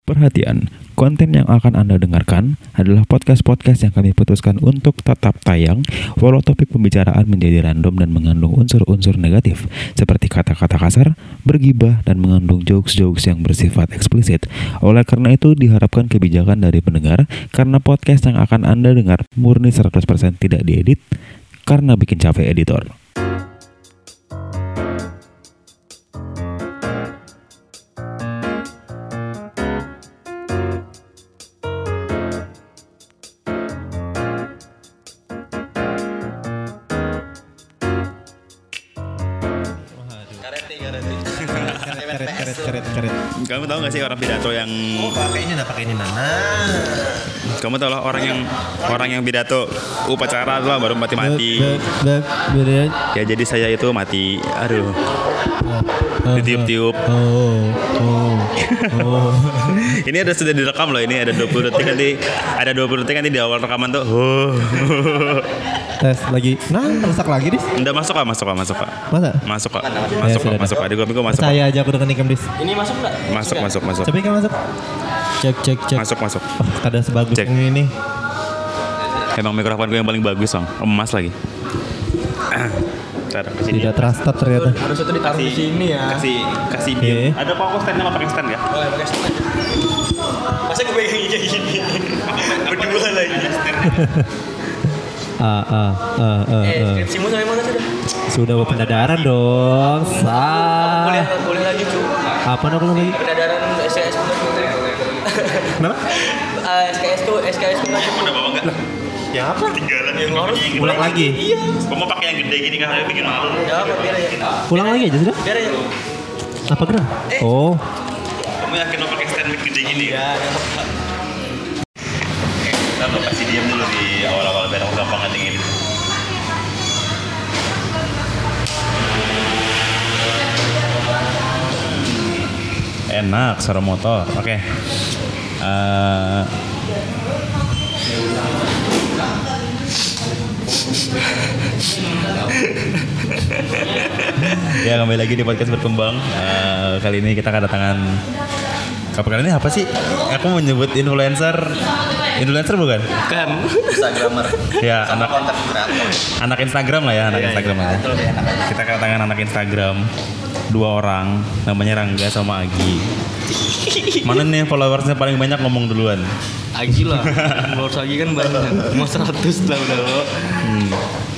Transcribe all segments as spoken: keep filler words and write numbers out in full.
Perhatian, konten yang akan Anda dengarkan adalah podcast-podcast yang kami putuskan untuk tetap tayang walau topik pembicaraan menjadi random dan mengandung unsur-unsur negatif seperti kata-kata kasar, bergibah, dan mengandung jokes-jokes yang bersifat eksplisit. Oleh karena itu diharapkan kebijakan dari pendengar karena podcast yang akan Anda dengar murni seratus persen tidak diedit karena bikin capek editor. Kamu tahu nggak sih orang pidato yang oh pakai ini nah pakai ini nana kamu tahu lah orang yang orang yang pidato upacara tuh lah baru mati mati ya jadi saya itu mati aduh ditiup-tiup oh oh oh ini ada sudah direkam loh, ini ada dua puluh detik nanti ada dua puluh detik nanti di awal rekaman tuh oh. Tes lagi nah rusak lagi dis udah masuk kok masuk kok masuk kok masa masuk kok masuk kok masuk kok adik gue masuk saya aja aku dengan ikam dis ini masuk nggak masuk masuk masuk coba ikam masuk cek cek cek masuk masuk oh kada sebagus Cek. yang ini emang mikrofon gue yang paling bagus dong emas lagi Cara, tidak trusted ternyata harus itu ditaruh di sini ya kasih kasih Oke. biar ada apa kok standnya nggak pakai stand ya boleh pakai stand aja masa gue pegang kayak gini berdua lagi ah ah ah ah eh ah skripsimu sampai mana sudah sudah pendadaran dong sah kuliah kuliah lagi cu apa nak kuliah lagi pendadaran S K S kenapa uh, S K S tuh S K S tuh lagi udah bawa nggak ya apa tinggalan yang harus ulang lagi iya kamu pakai yang gede gini kan bikin malu ya apa biar aja ulang lagi aja sudah biar aja apa gerak oh kamu yakin mau pakai stand mic gede gini ya kita mau kasih diam dulu di awal-awal biar aku gampang ngetingin enak suara motor oke okay. uh, ya kembali lagi di podcast berkembang. Uh, kali ini kita kedatangan apa kali ini apa sih? Aku mau nyebut influencer, influencer bukan? kan Instagramer Ya anak konten kreator anak Instagram lah ya anak Instagram lah. Kita kedatangan anak Instagram dua orang, namanya Rangga sama Agi. Mana nih followersnya paling banyak ngomong duluan? Agi lah followers Agi kan banyak mau seratus lah udah lo Hmm.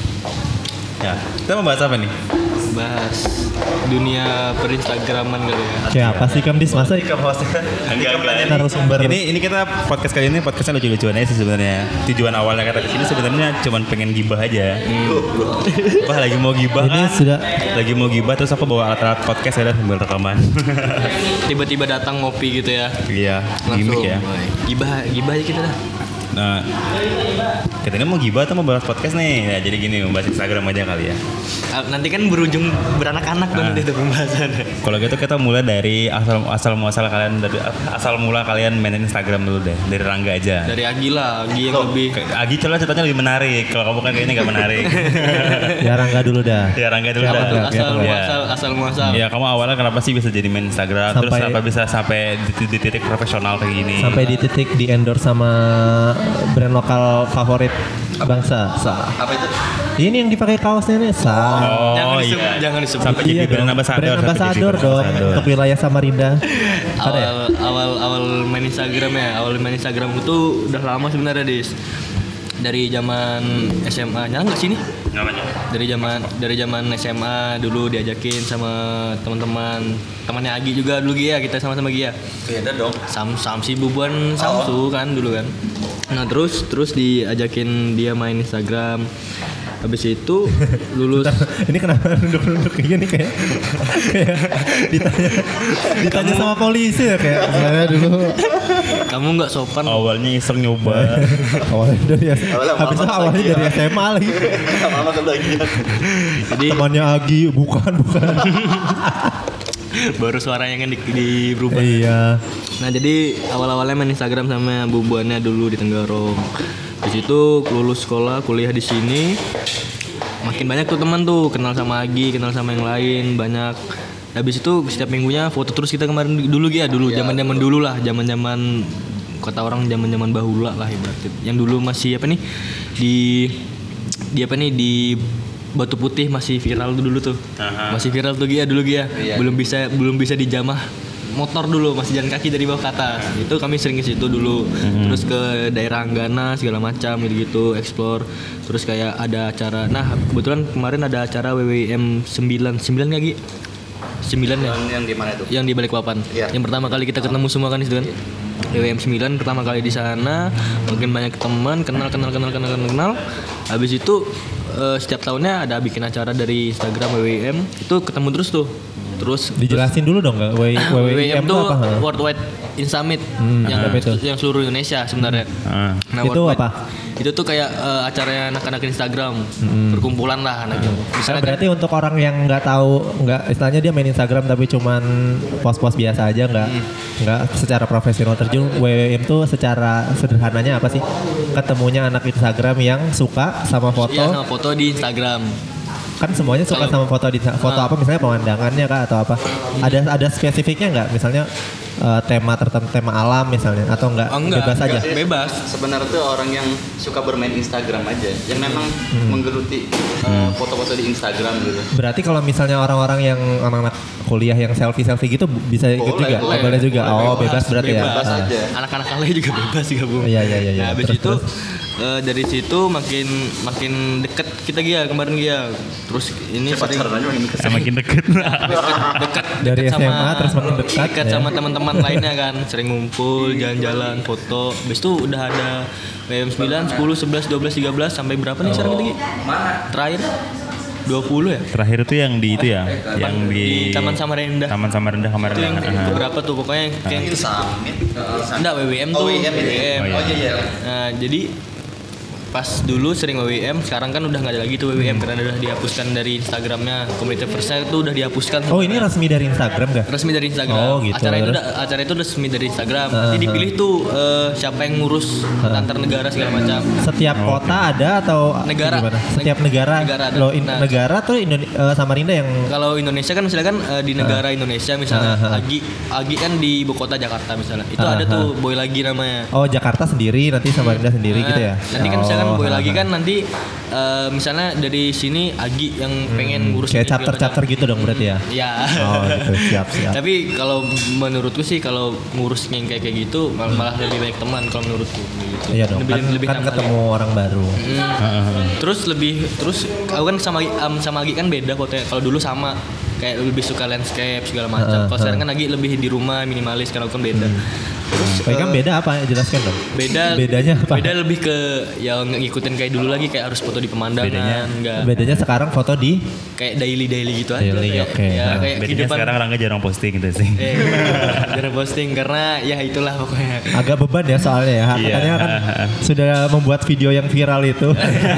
Ya, kita mau bahas apa nih? bahas dunia perinstagraman kali ya siapa sih kam dis masa ikam hostnya Enggak, enggak. narasumber Ini ini kita podcast kali ini podcastnya lucu-lucuan aja sih sebenarnya. Tujuan awalnya kita kesini sebenarnya cuman pengen gibah aja. Wah lagi mau gibah ini kan? sudah Lagi mau gibah terus aku bawa alat-alat podcast ya sambil rekaman. tiba-tiba datang ngopi gitu ya Iya, langsung gimmick ya. gibah gibah aja kita dah Nah, kita ini mau gibah atau mau bahas podcast nih? Ya, jadi gini, membahas Instagram aja kali ya. Ah, nanti kan berujung beranak-anak dong Ah. nanti itu pembahasan Kalau gitu kita mulai dari asal asal muasal kalian dari asal mula kalian main Instagram dulu deh, dari Rangga aja. dari Agi lah Agi yang lebih Agi coba ceritanya lebih menarik. Kalau kamu kan kayaknya nggak menarik. ya Rangga dulu dah Ya Rangga dulu Siapa dah. tuh? asal Siapa tuh? muasal asal muasal Ya kamu awalnya kenapa sih bisa jadi main Instagram? Terus Sampai- kenapa bisa sampai di, di titik profesional kayak gini? sampai di titik di endorse sama brand lokal favorit bangsa sa apa itu ini yang dipakai kaosnya nih sa Oh jangan disebut iya. jangan disebut Sampai jadi brand dong. ambassador. brand sampai jadi ambassador brand dong ambassador. untuk wilayah Samarinda ada ya awal awal awal main Instagram ya awal main Instagram itu udah lama sebenarnya dis dari zaman S M A nyala nggak sih nih Namanya? dari zaman dari zaman S M A dulu diajakin sama teman-teman temannya Agi juga dulu Gia kita sama-sama Gia Beda dong. Sam Samsi Bubuan Samsu kan dulu kan nah terus terus diajakin dia main Instagram habis itu lulus ini kenapa nunduk-nunduk kayak gini kayak kayak ditanya ditanya sama polisi ya kayak saya dulu kamu nggak sopan Awalnya iseng nyoba. awalnya dari Awalnya habis itu mama awalnya lagi dari ya. S M A lagi Lama-lama kebagian. jadi temannya Agi bukan bukan baru suaranya kan di, di berubah iya nah jadi awal-awalnya main Instagram sama bubuannya dulu di Tenggarong di situ lulus sekolah kuliah di sini makin banyak tuh teman tuh kenal sama Agi kenal sama yang lain banyak Habis itu setiap minggunya foto terus kita kemarin dulu ya dulu zaman-zaman dulu lah, zaman-zaman kata orang zaman-zaman bahula lah ibaratnya. Yang dulu masih apa nih di di apa nih di Batu Putih masih viral tuh dulu tuh. Aha. Masih viral tuh Gia dulu Gia. Iya. Belum bisa belum bisa dijamah motor dulu, masih jalan kaki dari bawah ke atas. Itu kami sering ke situ dulu. Mm-hmm. Terus ke daerah Anggana segala macam gitu-gitu, explore. Terus kayak ada acara. Nah, kebetulan kemarin ada acara W W I M sembilan enggak Gi? sembilan ya? Yang di mana itu? Yang di Balikpapan. Ya. Yang pertama kali kita ketemu semua kan itu kan. W W I M sembilan pertama kali di sana, makin banyak teman, kenal kenal kenal kenal kenal kenal. Habis itu uh, setiap tahunnya ada bikin acara dari Instagram W W I M, itu ketemu terus tuh. Terus dijelasin terus, dulu dong enggak W W I M itu apa? Worldwide In Summit hmm, yang itu? yang seluruh Indonesia sebenarnya. Hmm. Nah, itu apa? Itu tuh kayak uh, acara anak-anak Instagram, hmm. perkumpulan lah anak gitu. Misalnya berarti kan, untuk orang yang nggak tahu, nggak istilahnya dia main Instagram tapi cuman post-post biasa aja, nggak nggak hmm. secara profesional terjun. W W I M tuh secara sederhananya apa sih? Ketemunya anak Instagram yang suka sama foto. Iya, sama foto di Instagram. Kan semuanya suka sama foto di foto uh, apa misalnya pemandangannya kah atau apa? Ada ada spesifiknya nggak? Misalnya uh, tema tertentu, tema alam misalnya atau enggak, oh, enggak bebas enggak, aja? Bebas. Sebenarnya tuh orang yang suka bermain Instagram aja, yang memang hmm. menggeluti uh, foto-foto di Instagram gitu. Berarti kalau misalnya orang-orang yang anak-anak kuliah yang selfie-selfie gitu bisa ikut boleh, juga? Boleh, oh, boleh juga. Boleh, oh, bebas, bebas berarti bebas ya. Aja. Anak-anak kuliah juga bebas gabung. Iya, iya, iya. Nah, habis terus, itu terus. Uh, dari situ makin makin deket kita Gia kemarin Gia. Terus ini Cepat sering makin deket. Dekat dari S M A terus makin dekat. Dekat ya. sama teman-teman lainnya kan, sering ngumpul, jalan-jalan, foto. Habis itu udah ada W W I M sembilan, sepuluh, sebelas, dua belas, tiga belas sampai berapa nih sekarang kita Gi? Terakhir dua puluh ya? Terakhir itu yang di itu ya, yang di, di Taman Samarinda. Taman Samarinda kemarin. Itu yang berapa tuh pokoknya kayak itu Summit. Enggak W W I M tuh. W W I M itu. Oh iya. Nah, jadi pas dulu sering W W I M, sekarang kan udah nggak ada lagi tuh W W I M karena udah dihapuskan dari Instagramnya. Community Versa itu udah dihapuskan. Oh ini resmi dari Instagram gak? Resmi dari Instagram. Oh gitu. Acara itu udah, acara itu resmi dari Instagram. Nanti uh, dipilih tuh uh, siapa yang ngurus uh, antar negara segala macam. Setiap oh, kota okay. ada atau negara? Gimana? Setiap negara. Negara ada. Loh, in, nah, negara tuh Indone- uh, Samarinda yang. Kalau Indonesia kan misalkan uh, di negara uh, Indonesia misalnya uh, uh, Agi Agi kan di ibu kota Jakarta misalnya. Itu uh, ada tuh Boy Lagi namanya. Oh Jakarta sendiri, nanti Samarinda sendiri nah, gitu ya. Nanti kan oh, misalkan Boy uh, Lagi kan nanti uh, misalnya dari sini Agi yang pengen hmm, ngurus kayak chapter-chapter gitu dong berarti ya. Ya. Oh gitu, siap siap. Tapi kalau menurutku sih kalau ngurus yang kayak kayak gitu malah, malah lebih banyak teman kalau menurutku gitu. Iya dong. Lebih, Kan, lebih kan ketemu ya. Orang baru. Hmm. Terus lebih terus aku kan sama um, sama Agi kan beda fotonya. Kalau dulu sama kayak lebih suka landscape segala macam. Kalau sekarang kan Agi lebih di rumah minimalis, kalau kan beda. Hmm. Terus hmm. kan beda apa? Jelaskan dong. Beda. Bedanya apa? Beda lebih ke yang ngikutin kayak dulu lagi kayak harus foto di pemandangan. Bedanya, enggak. Bedanya sekarang foto di kayak daily daily gitu aja. Daily, oke. Okay. Ya, nah. kayak bedanya kehidupan. Sekarang Rangga jarang posting gitu sih. Eh, jarang posting karena ya itulah pokoknya. Agak beban ya soalnya ya. Katanya kan sudah membuat video yang viral itu.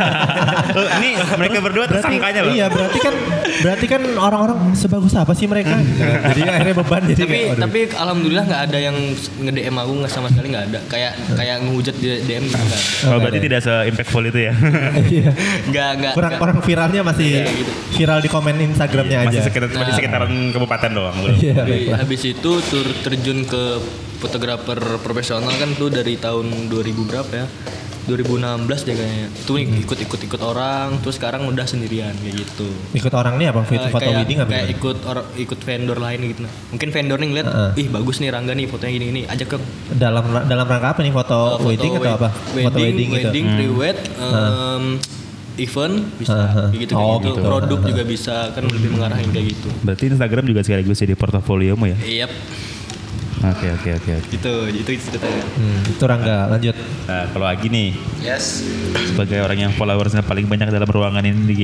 Ini mereka berdua tersangkanya loh. Iya, berarti kan berarti kan orang-orang sebagus apa sih mereka? Jadi akhirnya beban jadi. Tapi kayak, tapi alhamdulillah nggak ada yang nge-D M aku, nggak sama sekali nggak ada. Kayak kayak ngehujat di D M gitu nggak. Oh, berarti tidak se-impactful itu ya? Iya. Nggak nggak. Kurang kurang viralnya masih ya, gitu. Viral di komen Instagramnya aja. Masih sekitar, nah, masih sekitaran kabupaten doang. Iya, habis itu tur terjun ke fotografer profesional kan tuh dari tahun dua ribu berapa ya? dua ribu enam belas deh kayaknya. Itu hmm. ikut-ikut-ikut orang, terus sekarang udah sendirian kayak gitu. Ikut orang nih apa? Foto, foto kayak, wedding apa? Kayak ikut or, ikut vendor lain gitu. Mungkin vendor nih ngeliat, uh-uh. ih bagus nih Rangga nih fotonya gini-gini, ajak ke. Dalam dalam rangka apa nih foto, uh, foto wedding atau apa? Wedding, foto wedding, wedding gitu. pre-wed, um, uh. event bisa uh-huh. kayak gitu, oh, gitu. gitu. Produk uh-huh. juga bisa kan lebih mengarahin kayak gitu. Berarti Instagram juga sekaligus jadi portofoliomu ya? Iya. Yep. Oke oke oke oke. Gitu, itu itu ceritanya. Hmm, itu Rangga, lanjut. Nah, kalau Agi nih. Yes. Sebagai orang yang followersnya paling banyak dalam ruangan ini, Gi.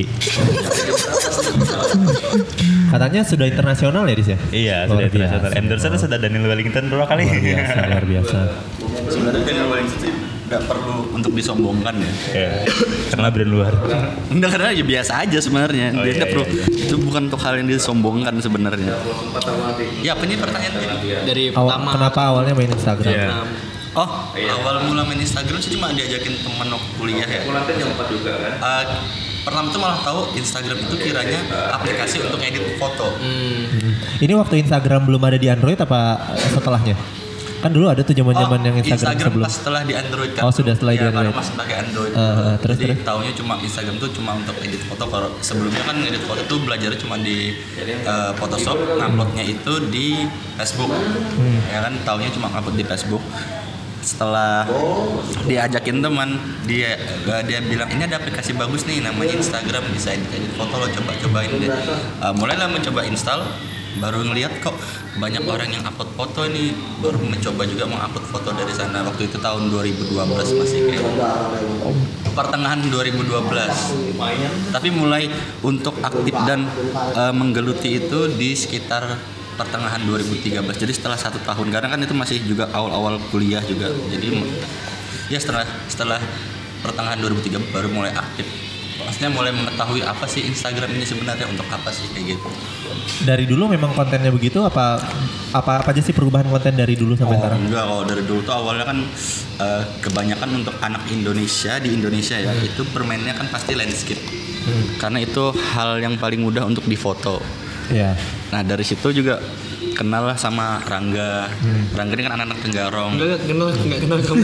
Katanya sudah internasional ya, Dis ya? Iya, sudah internasional. Endorsernya sudah Daniel Wellington berapa kali? Luar biasa, luar biasa. Sebenarnya Daniel Wellington nggak perlu untuk disombongkan ya. Yeah. Karena brand luar. Enggak, karena ya biasa aja sebenarnya. Oh, iya, perlu. Iya, iya. Itu bukan untuk hal yang disombongkan sebenarnya. Ya, apa ini pertanyaannya? Dari Aw- pertama. Kenapa awalnya main Instagram? Yeah. Oh, awal mula main Instagram sih cuma diajakin teman waktu kuliah ya. Kuliah jam empat juga kan? Uh, pertama tuh malah tahu Instagram itu kiranya aplikasi untuk edit foto. Hmm. Ini waktu Instagram belum ada di Android apa setelahnya? Kan dulu ada tuh zaman-zaman oh, yang Instagram, Instagram sebelum. Pas setelah di Android kan. Oh, sudah setelah ya, di Android. Pas pakai Android. Uh, uh, terus Jadi terus. taunya cuma Instagram tuh cuma untuk edit foto. Kalau sebelumnya kan edit foto tuh belajarnya cuma di uh, Photoshop, nguploadnya itu di Facebook. Hmm. Ya kan taunya cuma ngupload di Facebook. Setelah diajakin teman, dia dia bilang ini ada aplikasi bagus nih namanya Instagram, bisa edit, edit foto, lo coba cobain deh. Uh, mulailah mencoba install, baru ngeliat kok banyak orang yang upload foto ini, baru mencoba juga mau upload foto dari sana. Waktu itu tahun dua ribu dua belas masih kayak pertengahan dua ribu dua belas. Tapi mulai untuk aktif dan uh, menggeluti itu di sekitar pertengahan dua ribu tiga belas. Jadi setelah satu tahun, karena kan itu masih juga awal-awal kuliah juga. Jadi ya setelah setelah pertengahan dua ribu tiga belas baru mulai aktif. Maksudnya mulai mengetahui apa sih Instagram ini sebenarnya, untuk apa sih kayak gitu. Dari dulu memang kontennya begitu apa apa apa aja sih perubahan konten dari dulu sampai oh, sekarang? Enggak, kalau dari dulu tuh awalnya kan uh, kebanyakan untuk anak Indonesia di Indonesia ya, hmm. itu permainnya kan pasti landscape. Hmm. Karena itu hal yang paling mudah untuk difoto. Iya. Nah dari situ juga kenal lah sama Rangga. Hmm. Rangga ini kan anak-anak Tenggarong. Enggak kenal, enggak kenal kamu.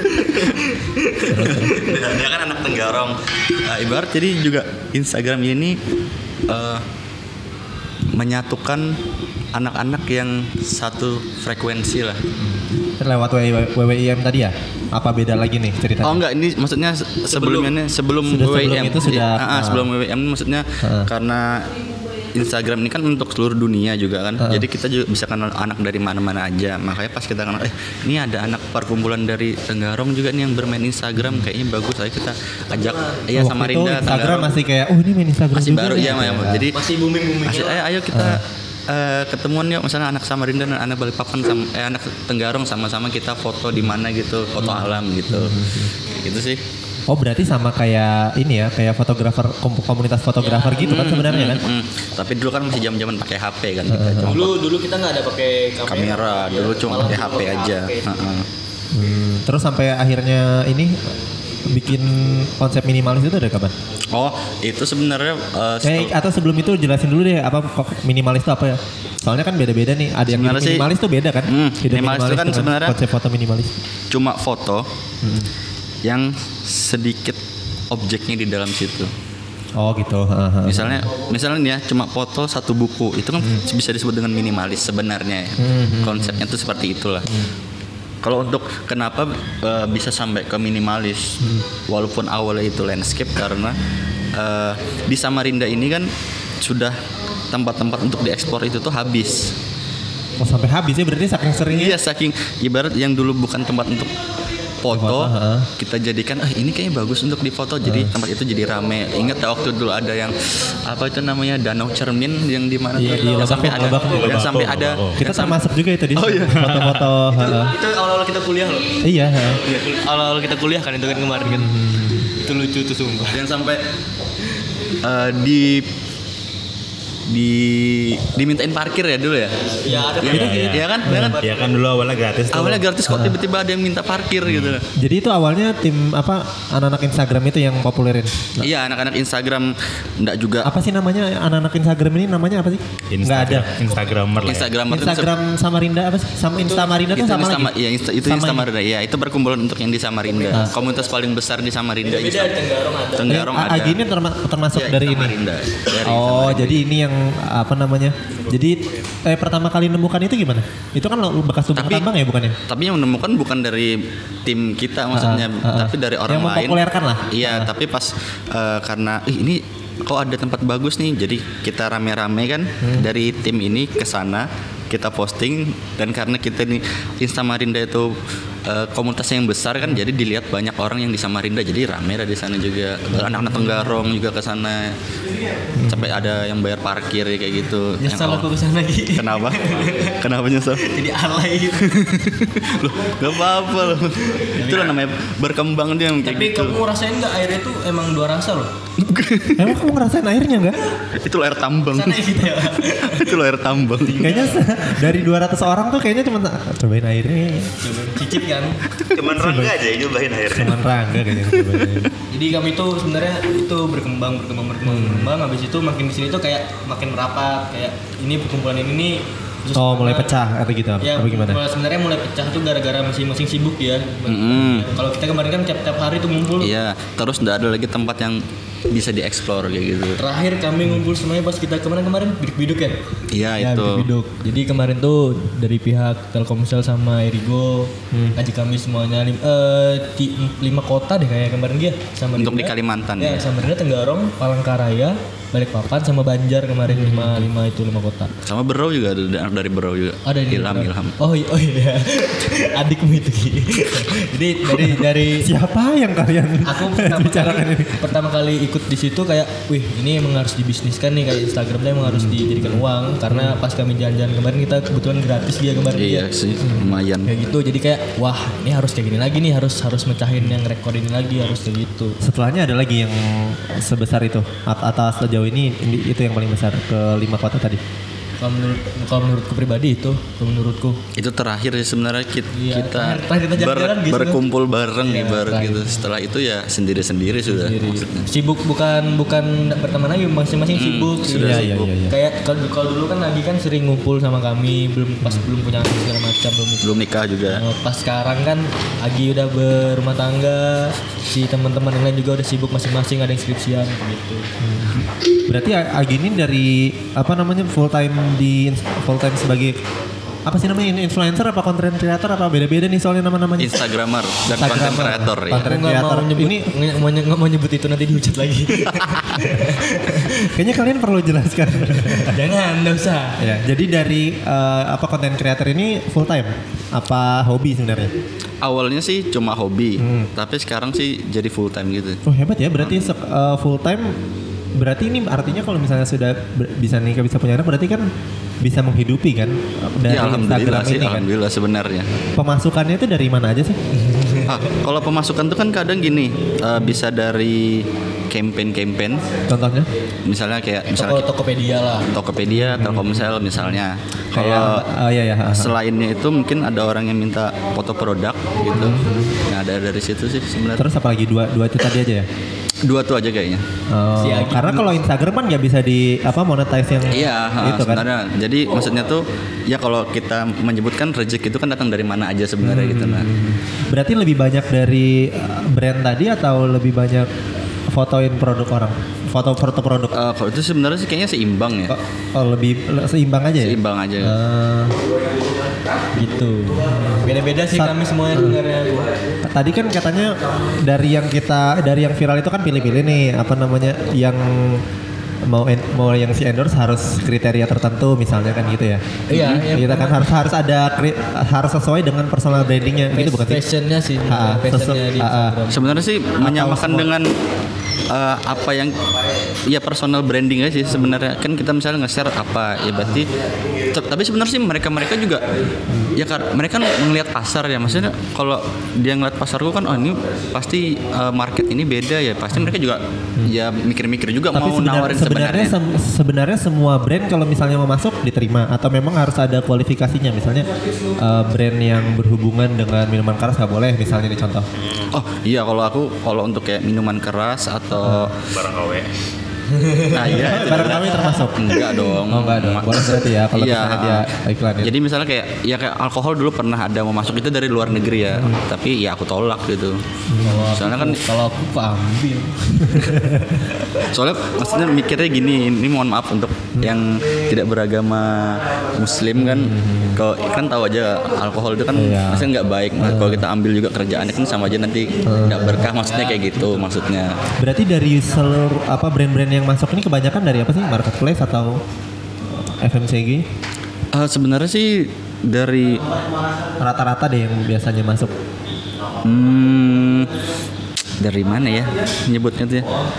Dia kan anak Tenggarong. Nah, ibarat jadi juga Instagram ini uh, menyatukan anak-anak yang satu frekuensi lah. Lewat W W I M tadi ya? Apa beda lagi nih ceritanya? Oh enggak, ini maksudnya sebelumnya sebelum, sebelum sudah W W I M sebelum itu sudah ya, uh, sebelum W W I M maksudnya uh. karena Instagram ini kan untuk seluruh dunia juga kan, uh. jadi kita juga bisa kenal anak dari mana-mana aja. Makanya pas kita kenal, eh ini ada anak perkumpulan dari Tenggarong juga nih yang bermain Instagram, kayaknya bagus. Ayo kita ajak, ya sama Rinda. Instagram Tenggarong. Masih kayak, oh ini main Instagram masih juga baru nih. ya, ya. Jadi masih booming booming. Ayo, ayo kita uh. Uh, ketemuan yuk, misalnya anak Samarinda dan anak Balikpapan sama eh anak Tenggarong sama-sama kita foto di mana gitu, foto hmm. alam gitu, hmm. gitu sih. Oh berarti sama kayak ini ya, kayak fotografer komunitas fotografer ya. Gitu kan sebenarnya hmm, kan? Hmm. Tapi dulu kan masih zaman-zaman pakai H P kan. Uh, kita dulu dulu kita nggak ada pakai kamera. Kamera dulu cuma pakai H P aja. Uh-uh. Hmm, terus sampai akhirnya ini bikin konsep minimalis itu dari kapan? Oh itu sebenarnya. Uh, eh, atau sebelum itu jelasin dulu deh apa minimalis itu apa ya? Soalnya kan beda-beda nih. Ada yang minimalis sih, tuh beda kan? Hmm, minimalis, minimalis itu kan sebenarnya konsep foto minimalis. Cuma foto hmm. yang sedikit objeknya di dalam situ. Oh gitu. Misalnya, misalnya ya cuma foto satu buku itu kan hmm. bisa disebut dengan minimalis sebenarnya. Ya. Hmm. Konsepnya tuh seperti itulah. Hmm. Kalau untuk kenapa uh, bisa sampai ke minimalis, hmm. walaupun awalnya itu landscape, karena uh, di Samarinda ini kan sudah tempat-tempat untuk diekspor itu tuh habis. Oh sampai habis ya, berarti saking seringnya? Iya, saking ibarat yang dulu bukan tempat untuk foto, uh-huh. kita jadikan ah ini kayaknya bagus untuk difoto, jadi uh. tempat itu jadi rame. Ingat waktu dulu ada yang apa itu namanya Danau Cermin yang di mana iya, tuh iya, yang sampai ada lebak, yang lebak, sampai lebak, ada lebak. Kita termasuk juga itu di oh, iya. foto-foto. itu, itu awal-awal kita kuliah loh. Iya. Awal-awal kita kuliah kan itu kan kemarin kan. Hmm. Itu lucu tuh sumpah. Yang sampai uh, di di dimintain parkir ya dulu ya. Iya ada. Ya, ya, ya. ya kan? Ya kan? Ya kan dulu awalnya gratis. Awalnya gratis kok tiba-tiba ada yang minta parkir hmm. gitu. Jadi itu awalnya tim apa anak-anak Instagram itu yang populerin. Nah. Iya, anak-anak Instagram enggak juga. Apa sih namanya anak-anak Instagram ini namanya apa sih? Enggak ada. Instagramer lah. Instagramer. Instagram Samarinda apa sih? Sama Instamarinda tuh sama lagi. Iya, Insta, itu Instamarinda. Iya, itu perkumpulan untuk yang di Samarinda. Nah. Komunitas paling besar di Samarinda. Beda di Tenggarong ada. Tenggarong ada. Agi ini termasuk ya, dari Samarinda. ini. Dari oh, Samarinda. jadi ini yang apa namanya? Jadi eh, pertama kali nemukan itu gimana? Itu kan bekas lubang tambang ya bukannya? Tapi yang menemukan bukan dari tim kita maksudnya, uh, uh, uh, tapi dari orang yang lain. Yang mempopulerkan lah. Iya, uh. tapi pas uh, karena ih, ini kok ada tempat bagus nih, jadi kita rame-rame kan hmm. dari tim ini ke sana, kita posting, dan karena kita nih Instamarinda itu uh, komunitas yang besar kan, jadi dilihat banyak orang yang di Samarinda, jadi rame lah di sana juga. Anak-anak Tenggarong juga ke sana. Sampai ada yang bayar parkir kayak gitu. Nyesel aku kesana lagi. Kenapa? Kenapa nyesel? Jadi alay gitu. Loh, gak apa-apa loh. Itulah namanya berkembang dia kayak tapi gitu. kamu rasain nggak airnya tuh emang dua rasa loh? Emang kamu ngerasain airnya enggak? Itu lo air tambang. Gitu ya. Itu lo air tambang. Kayaknya se- dari dua ratus orang tuh kayaknya cuma cobain airnya. Coba cicip kan. Cuman Rangga aja yang nyobain airnya. Cuman Rangga kayaknya cobain air. Jadi kami tuh sebenarnya itu berkembang berkembang berkembang berkembang. Habis itu makin di sini tuh kayak makin merapat, kayak ini perkumpulan ini nih. khusus Oh, mulai karena- pecah atau gitu Ya, apa gimana? mulai- sebenarnya mulai pecah tuh gara-gara masing-masing sibuk ya. Mm-mm. Kalau kita kemarin kan tiap-tiap hari tuh ngumpul. Iya, terus nggak ada lagi tempat yang bisa dieksplor kayak gitu. Terakhir kami ngumpul semuanya pas kita kemarin-kemarin biduk-biduk ya. Iya Ya, itu. biduk-biduk. Jadi kemarin tuh dari pihak Telkomsel sama Erigo ngajak kami semuanya lim- eh, di lima kota deh kayak kemarin dia sama Untuk di Kalimantan, Ya, ya? Samarinda, Tenggarong, Palangkaraya, Balikpapan sama Banjar kemarin lima lima itu lima kota. Sama Berau juga ada anak dari Berau juga. Ada di Ilham Tangerang. Ilham. Oh, i- oh iya. Adikmu itu Ki. Jadi dari dari Siapa yang kalian aku pertama bicarakan kali, ini? pertama kali ikut di situ kayak, wih ini emang harus dibisniskan nih kayak Instagramnya emang harus dijadikan uang karena pas kami jalan-jalan kemarin kita kebetulan gratis dia kemarin Iya dia. sih, lumayan. Kayak gitu jadi kayak wah ini harus kayak gini lagi nih harus harus mecahin yang rekor ini lagi harus kayak gitu. Setelahnya ada lagi yang sebesar itu At- atau sejauh ini ini- itu yang paling besar ke lima kota tadi. Kalau menurut kalau menurutku pribadi itu, kalau menurutku Itu terakhir sih sebenarnya kita, Iya, kita, terakhir- terakhir kita jalan-jalan gitu. berkumpul bareng nih Iya, bareng terakhir. gitu. Setelah itu ya sendiri-sendiri sudah. maksudnya. sibuk bukan bukan berteman lagi masing-masing sibuk. sudah Iya, iya, sibuk. iya, iya. Kayak kalau kalau dulu kan lagi kan sering ngumpul sama kami belum pas belum punya anak segala macam belum Belum nikah juga. Nah, pas sekarang kan Agi udah berumah tangga, si teman-teman yang lain juga udah sibuk masing-masing ada yang skripsian gitu. Berarti Agi ini dari apa namanya full time di full time sebagai apa sih namanya influencer apa content creator apa beda-beda nih soalnya nama-namanya. Instagramer dan Instagramer. content creator ya. Content Aku nggak mau creator. nyebut, Ini nggak mau, nggak mau nyebut itu nanti dihujat lagi. kayaknya kalian perlu jelaskan. Jangan, nggak usah. Ya, jadi dari eh, apa content creator ini full time apa hobi sebenarnya? Awalnya sih cuma hobi, Hmm. tapi sekarang sih jadi full time gitu. Oh hebat ya, berarti se- eh, full time. Berarti ini artinya kalau misalnya sudah ber- bisa nikah bisa punya anak berarti kan bisa menghidupi kan dari Ya alhamdulillah Instagram sih, ini kan. alhamdulillah sebenarnya. Pemasukannya itu dari mana aja sih? Ah, kalau pemasukan tuh kan kadang gini, eh, bisa dari campaign-campaign, Contohnya? misalnya kayak Toko misalnya Tokopedia lah. Tokopedia, Telkomsel misalnya. Kayak Kalau oh iya ya. selainnya itu mungkin ada orang yang minta foto produk gitu. Nah, ada dari situ sih sebenarnya. Terus apalagi dua dua itu tadi aja ya? Dua tuh aja kayaknya. Oh, Si Agi karena kalau Instagram kan nggak bisa di apa monetize yang Iya, ha, itu kan. sebenarnya. Jadi maksudnya tuh ya kalau kita menyebutkan rezeki itu kan datang dari mana aja sebenarnya gitu nah. Berarti lebih banyak dari uh, brand tadi atau lebih banyak fotoin produk orang? Foto-foto produk. Eh, kalau itu sebenarnya sih kayaknya seimbang ya. Oh, oh, lebih le- seimbang aja ya? Seimbang aja. Eh, gitu. Beda-beda sih Sat- kami semuanya sebenarnya. Tadi kan katanya dari yang kita dari yang viral itu kan pilih-pilih nih apa namanya yang mau en- mau yang si endorse harus kriteria tertentu misalnya kan gitu ya. Iya, iya. Kita kan harus harus ada kri- harus sesuai dengan personal brandingnya gitu bukan sih? Fashionnya sih, Ha, fashionnya sesu- di ha, ha. Instagram. Sebenarnya sih menyamakan semua? dengan eh, apa yang ya personal branding aja sih sebenarnya kan kita misalnya nge-share apa ya berarti t- tapi sebenarnya sih mereka-mereka juga ya kan mereka kan melihat pasar ya maksudnya kalau dia ngeliat pasarku kan oh ini pasti eh, market ini beda ya pasti mereka juga ya mikir-mikir juga Tapi mau sebenar- nawarin sebenarnya sebenarnya sem- sebenarnya semua brand kalau misalnya mau masuk diterima atau memang harus ada kualifikasinya misalnya eh, brand yang berhubungan dengan minuman keras nggak boleh misalnya nih contoh. oh iya kalau aku kalau untuk kayak minuman keras atau Barang K W. nah iya itu Barang juga. kami termasuk. enggak dong Oh enggak dong, Ma- boleh berarti ya kalau Iya. misalnya dia iklan ya. Jadi misalnya kayak ya kayak alkohol dulu pernah ada mau masuk itu dari luar negeri ya, tapi ya aku tolak gitu. Soalnya kan Kalau aku kok ambil. soalnya maksudnya mikirnya gini, ini mohon maaf untuk yang tidak beragama muslim kan, kalau kan tahu aja alkohol itu kan Iya. maksudnya nggak baik. Kalau kita ambil juga kerjaannya kan sama aja nanti nggak berkah maksudnya kayak gitu maksudnya. Berarti dari seluruh apa brand-brand yang masuk ini kebanyakan dari apa sih? Marketplace atau F M C G? Eh, sebenarnya sih dari Rata-rata deh yang biasanya masuk. hmm, dari mana ya nyebutnya tuh ya?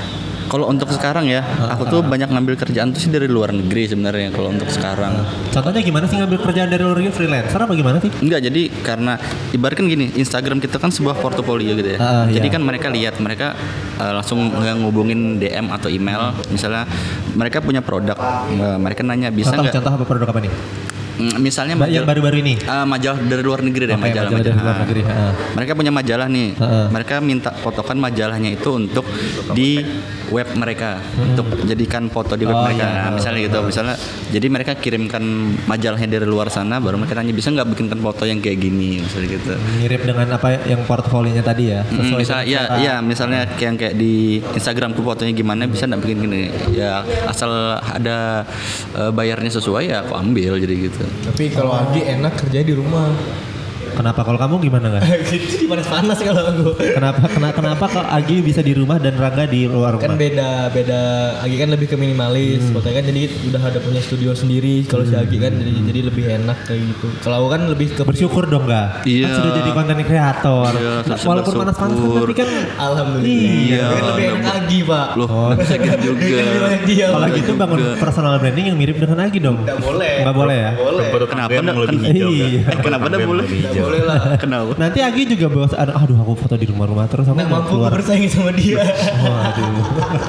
Kalau untuk sekarang ya, aku tuh banyak ngambil kerjaan tuh sih dari luar negeri sebenarnya kalau untuk sekarang. Contohnya gimana sih ngambil kerjaan dari luar negeri, freelancer apa gimana sih? Enggak, jadi karena ibaratkan gini, Instagram kita kan sebuah portofolio gitu ya. Ah, jadi iya. kan mereka lihat, mereka uh, langsung ngubungin D M atau email, misalnya mereka punya produk, uh, mereka nanya bisa Contoh, nggak? contoh apa produk apa nih? Mm, Misalnya Mbak, yang majalah, baru-baru ini. uh, majalah dari luar negeri deh, Oke, majalah, majalah dari luar Ah. negeri, ah. Mereka punya majalah nih, Ah. mereka minta fotokan majalahnya itu untuk di web mereka, untuk jadikan foto di web Oh, mereka. iya. Nah, misalnya gitu, misalnya, jadi mereka kirimkan majalahnya dari luar sana, baru mereka tanya bisa nggak bikinkan foto yang kayak gini, misalnya gitu. Mirip dengan apa yang portofolionya tadi ya. Mm, Sesuai misalnya, dengan ya, cara- ya, misalnya kayak yang kayak di Instagramku fotonya gimana, bisa nggak bikin gini? Ya asal ada uh, bayarnya sesuai ya aku ambil jadi gitu. Tapi kalau Agi enak kerjanya di rumah. Kenapa kalau kamu gimana nggak? Gitu panas-panas kalau aku. Kenapa kenapa kenapa kalau Agi bisa di rumah dan Rangga di luar rumah? Kan beda beda Agi kan lebih ke minimalis, fotonya kan jadi udah ada punya studio sendiri. Kalau si Agi kan jadi jadi lebih enak kayak gitu. Kalau aku kan lebih ke Bersyukur dong nggak? Iya. Kan sudah jadi konten kreator. Iya, terus Walaupun bersyukur. panas-panas kan, tapi kan alhamdulillah. Iya, Kan lebih enak udah- Agi, Pak. Loh, Oh. bisa gitu juga. Lebih banyak dia. kalau Pak. gitu bangun personal branding yang mirip dengan Agi dong. Nggak boleh. Nggak boleh ya? Boleh. Kenapa enggak? lebih Ken- hijau kan? Iya. Kenapa enggak boleh? Nggak boleh lah. Kenapa? Nanti Agi juga bos, aduh aduh, aku foto di rumah-rumah terus aku Nggak mau mampu keluar. bersaing sama dia. Waduh.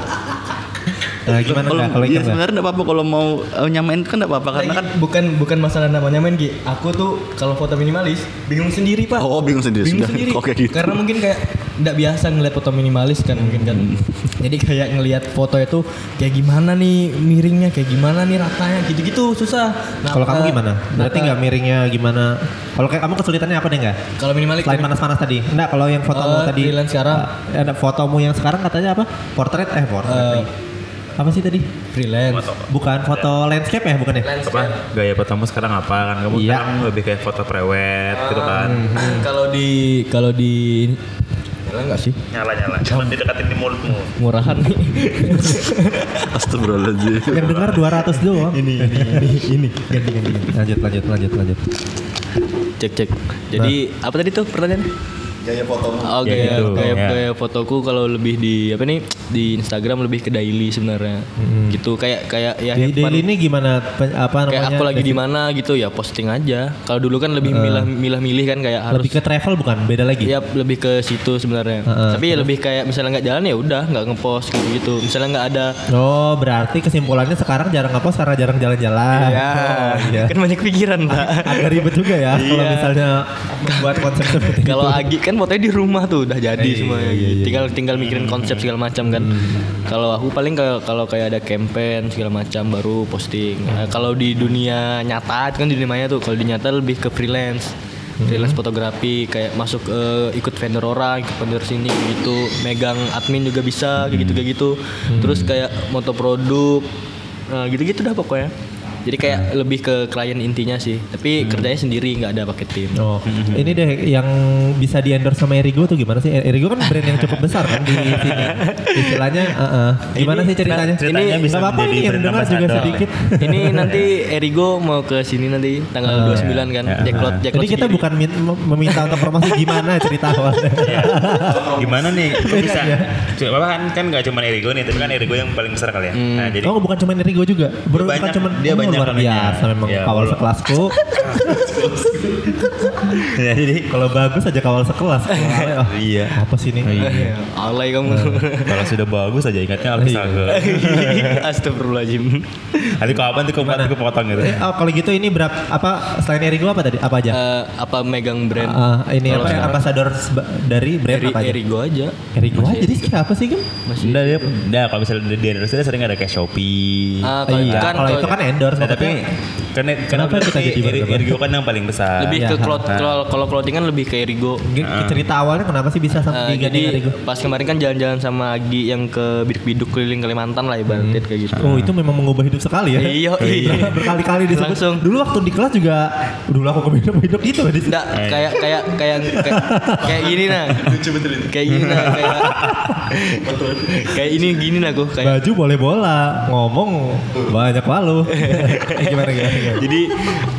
Nah gimana Kalau nggak? Kalau iya ikan nggak? sebenarnya enggak apa-apa kalau mau uh, nyamain kan enggak apa-apa karena kan bukan bukan masalah namanya main Gi. Aku tuh kalau foto minimalis bingung sendiri, Pak. Oh, bingung sendiri Bingung sudah. sendiri. Kok kayak gitu? Karena mungkin kayak enggak biasa ngeliat foto minimalis kan mungkin kan. Jadi kayak ngelihat foto itu kayak gimana nih miringnya, kayak gimana nih ratanya, gitu-gitu susah. Nah, Kalau kamu eh, gimana? Berarti nah, nggak miringnya gimana? Kalau kayak kamu kesulitannya apa deh nggak? Kalau minimalis Selain panas-panas tadi. Enggak, kalau yang fotomu Oh, tadi. freelance sekarang. eh, Ada fotomu yang sekarang katanya apa? Portrait eh portrait. Eh, apa sih tadi? freelance. Bukan foto landscape ya, bukan ya? Apa gaya fotomu sekarang apa kan? Kamu Iya. sekarang lebih kayak foto prewed gitu kan? Kalau di kalau di nyala nggak sih? Nyala nyala. Cuma didekatin di mulutmu. Murahan nih. astagfirullahaladzim. Yang dengar dua ratus doang. ini ini ini ini ganti ganti. Lanjut lanjut lanjut lanjut. Cek cek. Jadi apa tadi tuh pertanyaan? Gaya fotomu. Oh, Ya, gaya, gitu. gaya, Ya. gaya fotoku kalau lebih di apa nih di Instagram lebih ke daily sebenarnya. Gitu kayak kayak ya Di have fun. daily ini gimana pe- apa namanya? Kayak aku lagi di mana gitu ya posting aja. Kalau dulu kan lebih milah milah-milih kan kayak harus Lebih ke travel bukan? Beda lagi. ya lebih ke situ sebenarnya. Heeh, Tapi ya lebih kayak misalnya nggak jalan ya udah nggak ngepost gitu gitu. Misalnya nggak ada Oh, berarti kesimpulannya sekarang jarang ngepost karena jarang jalan-jalan. ya Oh, iya. kan banyak pikiran Pak. Agak ribet juga ya kalau Iya. misalnya buat konsep seperti Kalau itu. Agi kan fotonya di rumah tuh udah jadi Iya, semuanya. iya, iya. Tinggal tinggal mikirin konsep segala macam kan. Kalau aku paling kayak kalau kayak ada campaign segala macam baru posting. Nah, kalau di dunia nyata itu kan di dunia maya tuh. Kalau di nyata lebih ke freelance. Freelance fotografi kayak masuk eh, ikut vendor orang, ikut vendor sini gitu. Megang admin juga bisa kayak gitu kayak gitu. Terus kayak moto produk nah, gitu-gitu dah pokoknya. Jadi kayak lebih ke klien intinya sih. Tapi kerjanya sendiri nggak ada pakai tim. Oh, ini deh yang bisa di endorse sama Erigo tuh gimana sih? Erigo kan brand yang cukup besar kan di sini. Istilahnya, uh, uh. gimana sih ceritanya? ceritanya ini bisa nggak apa-apa menjadi ini yang brand dengar juga ambassador. sedikit. Ini nanti Erigo mau ke sini nanti tanggal dua puluh sembilan kan. Ya. Jacklot Jacklot Jadi kita sendiri. bukan min- mem- meminta untuk promosi gimana cerita awalnya. Gimana nih? Kok bisa? Bedanya. Cuma apa kan kan nggak cuma Erigo nih, tapi kan Erigo yang paling besar kali ya. Nah, jadi Oh, bukan cuma Erigo juga. Bro, bukan banyak- cuma dia oh, banyak luar anunya. biasa memang Ya, kawal kalau- sekelasku. ya, jadi Kalau bagus aja kawal sekelas. Kalau- oh, iya. apa sih ini? Iya. Alay kamu. Kalau sudah bagus aja ingatnya Alfi Saga. Astagfirullahaladzim. Nanti kapan tuh kapan tuh kepotong gitu. Eh, oh, kalau gitu ini berapa apa selain Erigo apa tadi? Apa aja? Eh, apa megang brand? Ah, ini Kalau apa sekarang- ambasador seba- dari brand Eri- apa aja? Erigo aja. Erigo aja. Jadi siapa sih kan? Udah dia, udah kalau misalnya di endorse dia sering ada kayak Shopee. Ah, kalau itu Iya, kan kalau itu kan endorse. Nah, tapi maksudnya- kan Kenapa kenapa kita kita jadi berdebat? Erigo kan yang paling besar. lebih Iya, ke ha, cloth ha. kalau kalau clothing kan lebih ke Erigo. G- cerita awalnya kenapa sih bisa Eh, sampai jadi digandeng Erigo? pas kemarin kan jalan-jalan sama Agi yang ke biduk-biduk keliling Kalimantan lah ibaratnya kayak gitu. Oh, itu memang mengubah hidup sekali ya. Iya, iya. Berkali-kali disebut. Langsung. Dulu waktu di kelas juga dulu aku ke biduk-biduk gitu loh di Enggak, kayak kayak kayak kayak kayak gini nah. Kayak gini nah, kayak kayak ini gini nah aku kayak baju boleh bola, ngomong banyak walu. gimana, gimana, gimana? jadi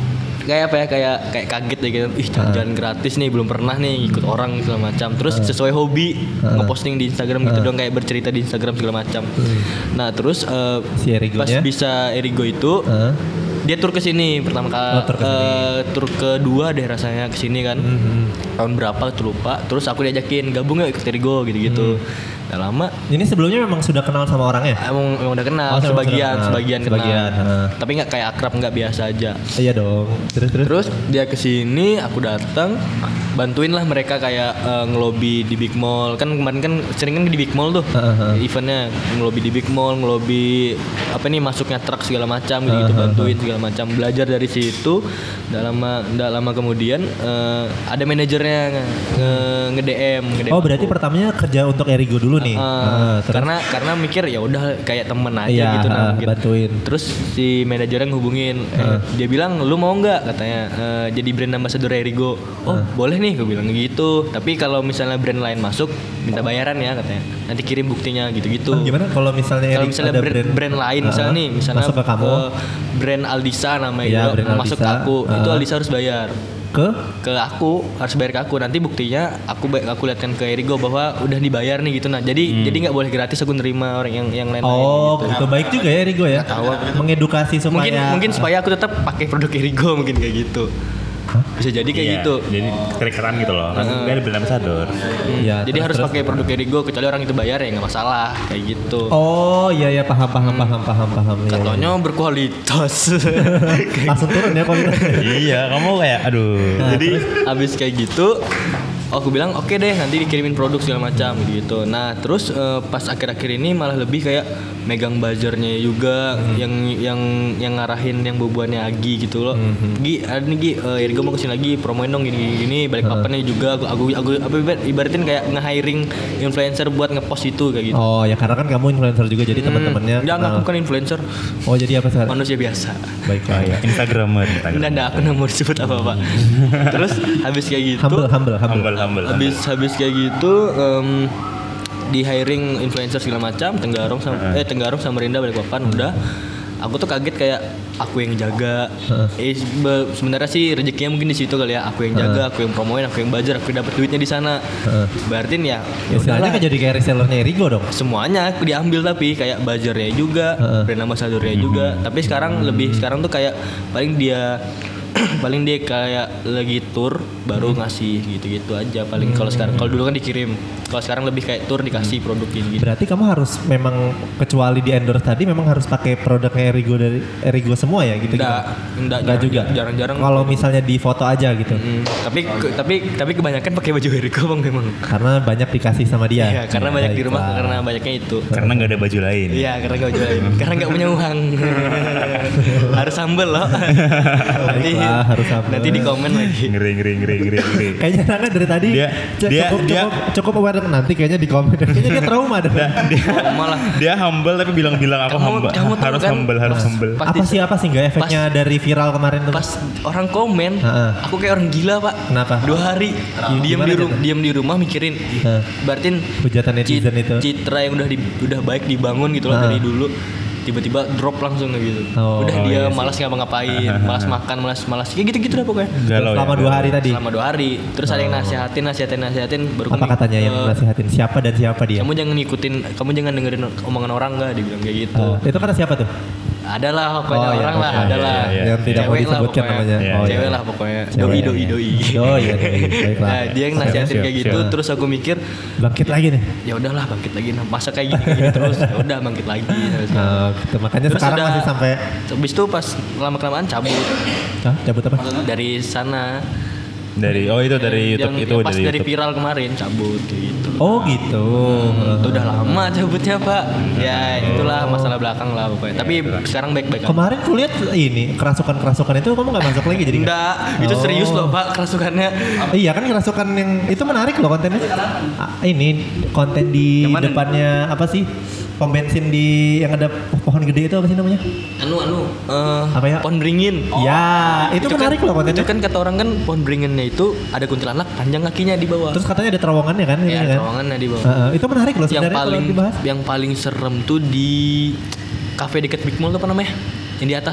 kayak apa ya kayak kayak kaget ya gitu. Ih, jalan-jalan gratis nih belum pernah nih ikut orang segala macam. Terus sesuai hobi ngeposting di Instagram gitu dong, kayak bercerita di Instagram segala macam. Nah, terus uh, Si Erigonya? pas bisa Erigo itu Heeh. dia tur ke sini pertama kali, Oh, tur ke sini. eh, tur kedua deh rasanya ke sini kan. Tahun berapa tuh lupa. Terus aku diajakin gabung yuk ikut Erigo gitu-gitu. Udah lama Ini sebelumnya memang sudah kenal sama orangnya? emang, emang udah kenal Oh, emang sebagian sudah kenal. sebagian kenal. Sebagian, heeh. Tapi nggak kayak akrab, nggak biasa aja. Iya dong. Terus terus. Terus dia kesini, aku datang, bantuin lah mereka kayak eh, ngelobi di big mall. Kan kemarin kan sering kan di big mall tuh Heeh. eventnya, ngelobi di big mall, ngelobi apa nih masuknya truk segala macam gitu, gitu bantuin segala macam. Belajar dari situ. Nggak lama, nggak lama kemudian eh, ada manajernya nge, nge D M, nge D M Oh berarti aku. pertamanya kerja untuk Erigo dulu nih. Eh, Heeh, terus? karena karena mikir ya udah kayak temen aja Iya, gitu nah, heeh, mungkin. bantuin. Terus si manajernya ngehubungin, eh, dia bilang lu mau nggak katanya eh, jadi brand ambassador Erigo. Oh boleh nih, gue bilang gitu. Tapi kalau misalnya brand lain masuk minta bayaran ya katanya. Nanti kirim buktinya gitu-gitu. Ah, gimana kalau misalnya Kalau Erigo misalnya ada brand, brand lain Heeh, misalnya nih, misalnya masuk ke kamu eh, brand Aldisa namanya Iya, juga, brand masuk ke Aldisa, aku, itu heeh. Aldisa harus bayar ke ke aku, harus bayar ke aku. Nanti buktinya aku ba- aku lihatkan ke Erigo bahwa udah dibayar nih gitu. Nah jadi jadi nggak boleh gratis aku nerima orang yang yang lain. Oh, gitu. Baik juga ya Erigo ya. Mengedukasi supaya Mungkin mungkin supaya aku tetap pakai produk Erigo mungkin kayak gitu. Bisa jadi kayak Iya, gitu. Jadi keterikatan gitu loh. Kan dia ada brand ambassador. Iya, Jadi terus, harus terus. pakai produk Erigo kecuali orang itu bayar ya nggak masalah kayak gitu. Oh, iya ya paham paham paham paham paham. Iya, Katanya berkualitas. iya. Langsung turun ya kualitasnya. Iya, kamu kayak aduh. Jadi abis kayak gitu aku bilang oke deh nanti dikirimin produk segala macam gitu. Nah terus eh, pas akhir-akhir ini malah lebih kayak megang buzzernya juga, yang yang yang ngarahin yang bubuannya Agi gitu loh. Gi ada nih Gi, eh, Erigo mau kesini lagi promoin dong gini gini balik papannya juga aku aku, aku apa ibarat- ibaratin kayak nge-hiring influencer buat ngepost itu kayak gitu. Oh, ya karena kan kamu influencer juga jadi teman-temannya. Enggak, enggak, kenal. aku bukan influencer, Oh, jadi apa sekarang? manusia biasa. Baiklah ya. Instagramer, Instagram. Enggak, enggak, aku nggak mau disebut apa-apa. Terus habis kayak gitu Humble, humble, humble. Humble, humble. habis habis kayak gitu em, di hiring influencer segala macam Tenggarong sama eh Tenggarong sama Rinda Balikpapan udah. Aku tuh kaget kayak aku yang jaga. Eh be- sebenarnya sih rezekinya mungkin di situ kali ya. Aku yang jaga, aku yang promoin, aku yang buzzer, aku yang dapat duitnya di sana. Berarti ya ya Istilahnya udahlah. kan jadi kayak resellernya Erigo dong. Semuanya aku diambil tapi kayak buzzernya juga, brand ambassadornya juga. Tapi sekarang lebih sekarang tuh kayak paling dia paling dia kayak lagi tour baru ngasih gitu-gitu aja paling. Kalau sekarang kalau dulu kan dikirim, kalau sekarang lebih kayak tour dikasih produk gitu. Berarti kamu harus memang kecuali di endorse tadi memang harus pakai produknya Erigo dari Erigo semua ya gitu. Enggak, gitu? enggak, Enggak jarang- juga. jarang-jarang. Kalau misalnya di foto aja gitu. Hmm, tapi ke- tapi tapi kebanyakan pakai baju Erigo bang memang. Karena banyak dikasih sama dia. Iya, karena banyak di rumah Baiklah. karena banyaknya itu. Karena nggak ada baju lain. Iya, karena gak jualin. Karena gak punya uang. Harus sambel loh. nanti Baiklah, harus sambel. nanti di komen lagi. Ngeri, ngeri, ngeri, ngeri, ngeri. Kayaknya Rangga dari tadi Dia- c- dia- cukup, dia- cukup, cukup aware nanti kayaknya di komen. Kayaknya dia trauma dah. dia, Malah dia humble tapi bilang-bilang aku Kamu- humble. kamu tahu harus kan? humble, harus Pas- humble. pas Apa di- sih apa sih nggak efeknya dari viral kemarin tuh? pas orang komen, Heeh. aku kayak orang gila pak. Kenapa? Dua hari diam Gimana di ru- ceritanya? diam di rumah mikirin. Heeh. Berarti Hujatan netizen itu. citra yang udah di, udah baik dibangun gitu loh Heeh. dari dulu. Tiba-tiba drop langsung kayak gitu. Oh. udah Oh, dia iya sih. malas ngapa-ngapain, malas makan, malas malas kayak gitu-gitu dah pokoknya. Galau ya, Selama dua galau. hari tadi. Selama dua hari. Terus ada yang nasihatin, nasihatin, nasihatin. Baru Apa kan, katanya yang eh, nasihatin? Siapa dan siapa dia? Kamu jangan ngikutin, kamu jangan dengerin omongan orang nggak, dibilang kayak gitu. Ah, itu kata siapa tuh? Adalah pokoknya Oh, iya, orang lah, oke. adalah. Iya, iya, Yang tidak mau Cewek lah disebutkan pokoknya. namanya. Iya, Oh, Cewek iya. lah pokoknya. Cewek. Doi doi doi. Oh iya, doi. Baiklah. Nah, dia yang nasihatin Siap, kayak siap, gitu, siap. terus aku mikir, Bangkit lagi nih. ya udahlah bangkit lagi. Nah, masa kayak gini, gini terus, ya udah bangkit lagi. Nah, gitu. Makanya Terus sekarang ada- masih sampai Habis itu pas lama kelamaan cabut Hah? Cabut apa? dari sana. Dari oh itu dari YouTube yang, itu yang pas dari, dari YouTube. viral kemarin cabut kayak gitu. Oh gitu. Itu udah lama cabutnya pak. Ya itulah masalah belakang lah pokoknya. Tapi sekarang baik-baik aja. Kemarin kulihat ini kerasukan-kerasukan itu kamu nggak masuk lagi jadi? Enggak, itu Oh. serius loh pak kerasukannya. Iya kan kerasukan yang itu menarik loh kontennya. Ah, ini konten di Yang mana? depannya apa sih? Pom bensin di yang ada pohon gede itu apa sih namanya? Anu anu eh, Apa ya? pohon beringin. Ya, itu, menarik kan, loh kontennya. Itu kan kata orang kan pohon beringinnya itu ada kuntilanak panjang kakinya di bawah. Terus katanya ada terowongannya kan? ini ya, kan? terowongannya di bawah. Heeh, itu menarik loh yang sebenarnya kalau paling dibahas. yang paling serem tuh di kafe dekat Big Mall tuh apa namanya? Yang di atas.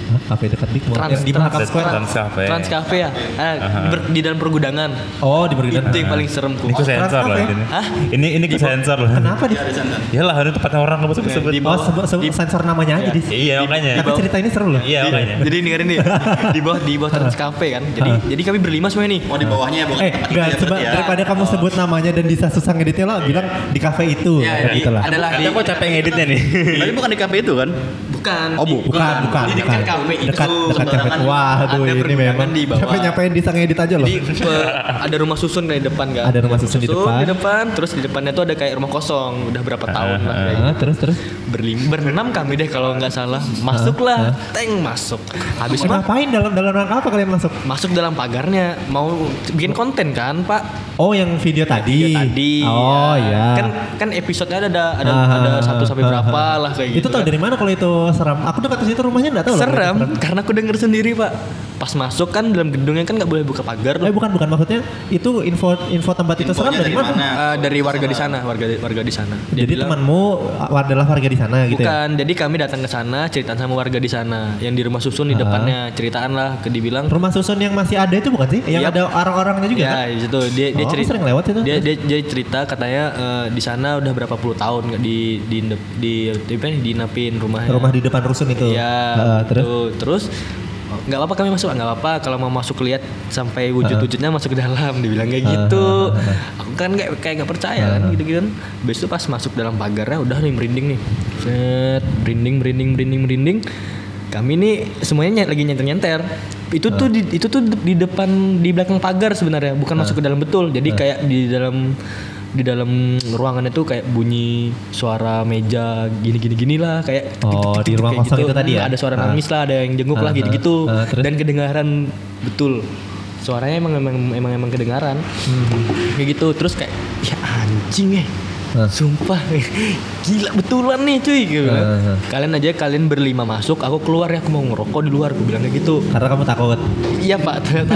Hah, kafe dekat Big Mall. Yang di belakang Square. Trans Cafe. Trans Cafe ya. Eh, ber- di dalam pergudangan. Oh, di Bergen. Itu yang paling serem ku. Ini ke sensor loh ini. Hah? Ini ini ke sensor loh. Kenapa di? Iyalah ini tempatnya orang nggak usah sebut. Di Oh, bawah. sebut sebut sensor namanya aja di. Iya makanya. Tapi cerita ini seru loh. Iya makanya. Jadi dengerin nih. Di bawah di bawah Trans Cafe kan. Jadi jadi kami berlima semua nih. Oh di bawahnya ya bukan Eh, tempat enggak, itu ya, coba berarti ya. daripada kamu sebut namanya dan Disa susah ngeditnya lo bilang di kafe itu. Iya, Ya, di- gitu lah. adalah di Kita kok capek ngeditnya nih. Tapi bukan di kafe itu kan? bukan. Oh, di- Bukan, bukan, Di bukan. dekat kafe itu. Dekat dekat kafe. sembarangan. Wah, aduh Ada ini pergudangan memang. di bawah. Siapa nyapain Disa ngedit aja loh. Jadi pe- ada rumah susun di depan kan. Ada rumah susun di depan. di depan, terus di depannya tuh ada kayak rumah kosong. Udah berapa tahun lah kayak Ah, terus terus. berlim berenam kami deh kalau nggak salah. Masuklah, tank masuk. Habis itu Ngapain dalam dalam rangka apa kalian masuk? masuk dalam pagarnya mau bikin konten kan, Pak? Oh, yang video tadi. Video tadi. Oh, iya. Kan kan episodenya ada ada Ah, ada ah, satu ah, sampai ah, berapa ah. lah kayak Itu gitu. tahu kan. dari mana kalau itu seram? Aku dekat ke situ rumahnya enggak tahu loh kalau itu Serem karena aku denger sendiri, Pak. Pas masuk kan dalam gedungnya kan nggak boleh buka pagar Eh loh. bukan bukan maksudnya itu info info tempat itu seram Infonya dari dari mana? mana? Eh, dari warga di sana, warga warga di sana. Dia Jadi bilang- temanmu adalah warga di sana gitu ya? Bukan, jadi kami datang ke sana ceritaan sama warga di sana yang di rumah susun di depannya ceritaan lah ke dibilang Rumah susun yang masih ada itu bukan sih? Yang Yap. ada orang-orangnya juga ya kan? di situ dia dia Oh, aku cerita sering lewat situ. dia, dia dia cerita katanya eh, di sana udah berapa puluh tahun nggak di di di di, di, di dinapin rumahnya. Rumah di depan rusun itu. Iya, Ah, terus betul. Terus oh, nggak apa-apa kami masuk, nggak apa-apa kalau mau masuk lihat sampai wujud-wujudnya masuk ke dalam, dibilang kayak gitu. Aku kan kayak kayak nggak percaya kan gitu-gitu kan. Habis itu pas masuk dalam pagarnya udah nih merinding nih, set merinding merinding merinding merinding. Kami nih semuanya ny- lagi nyenter-nyenter. Itu tuh di, itu tuh di depan di belakang pagar sebenarnya, bukan masuk ke dalam betul. Jadi kayak di dalam di dalam ruangan itu kayak bunyi suara meja gini-gini gini lah kayak Oh, di ruang kayak kosong itu tadi ya? ada suara Ah. nangis lah, ada yang jenguk lah Ah, gitu-gitu ah, terus? dan kedengaran betul suaranya emang emang emang, emang kedengaran kayak gitu. Terus kayak ya anjing eh Ah. sumpah gila betulan nih cuy gitu kan. Ah, ah. Kalian aja kalian berlima masuk, aku keluar ya, aku mau ngerokok di luar, aku bilang kayak gitu. karena kamu takut. Iya Pak, takut.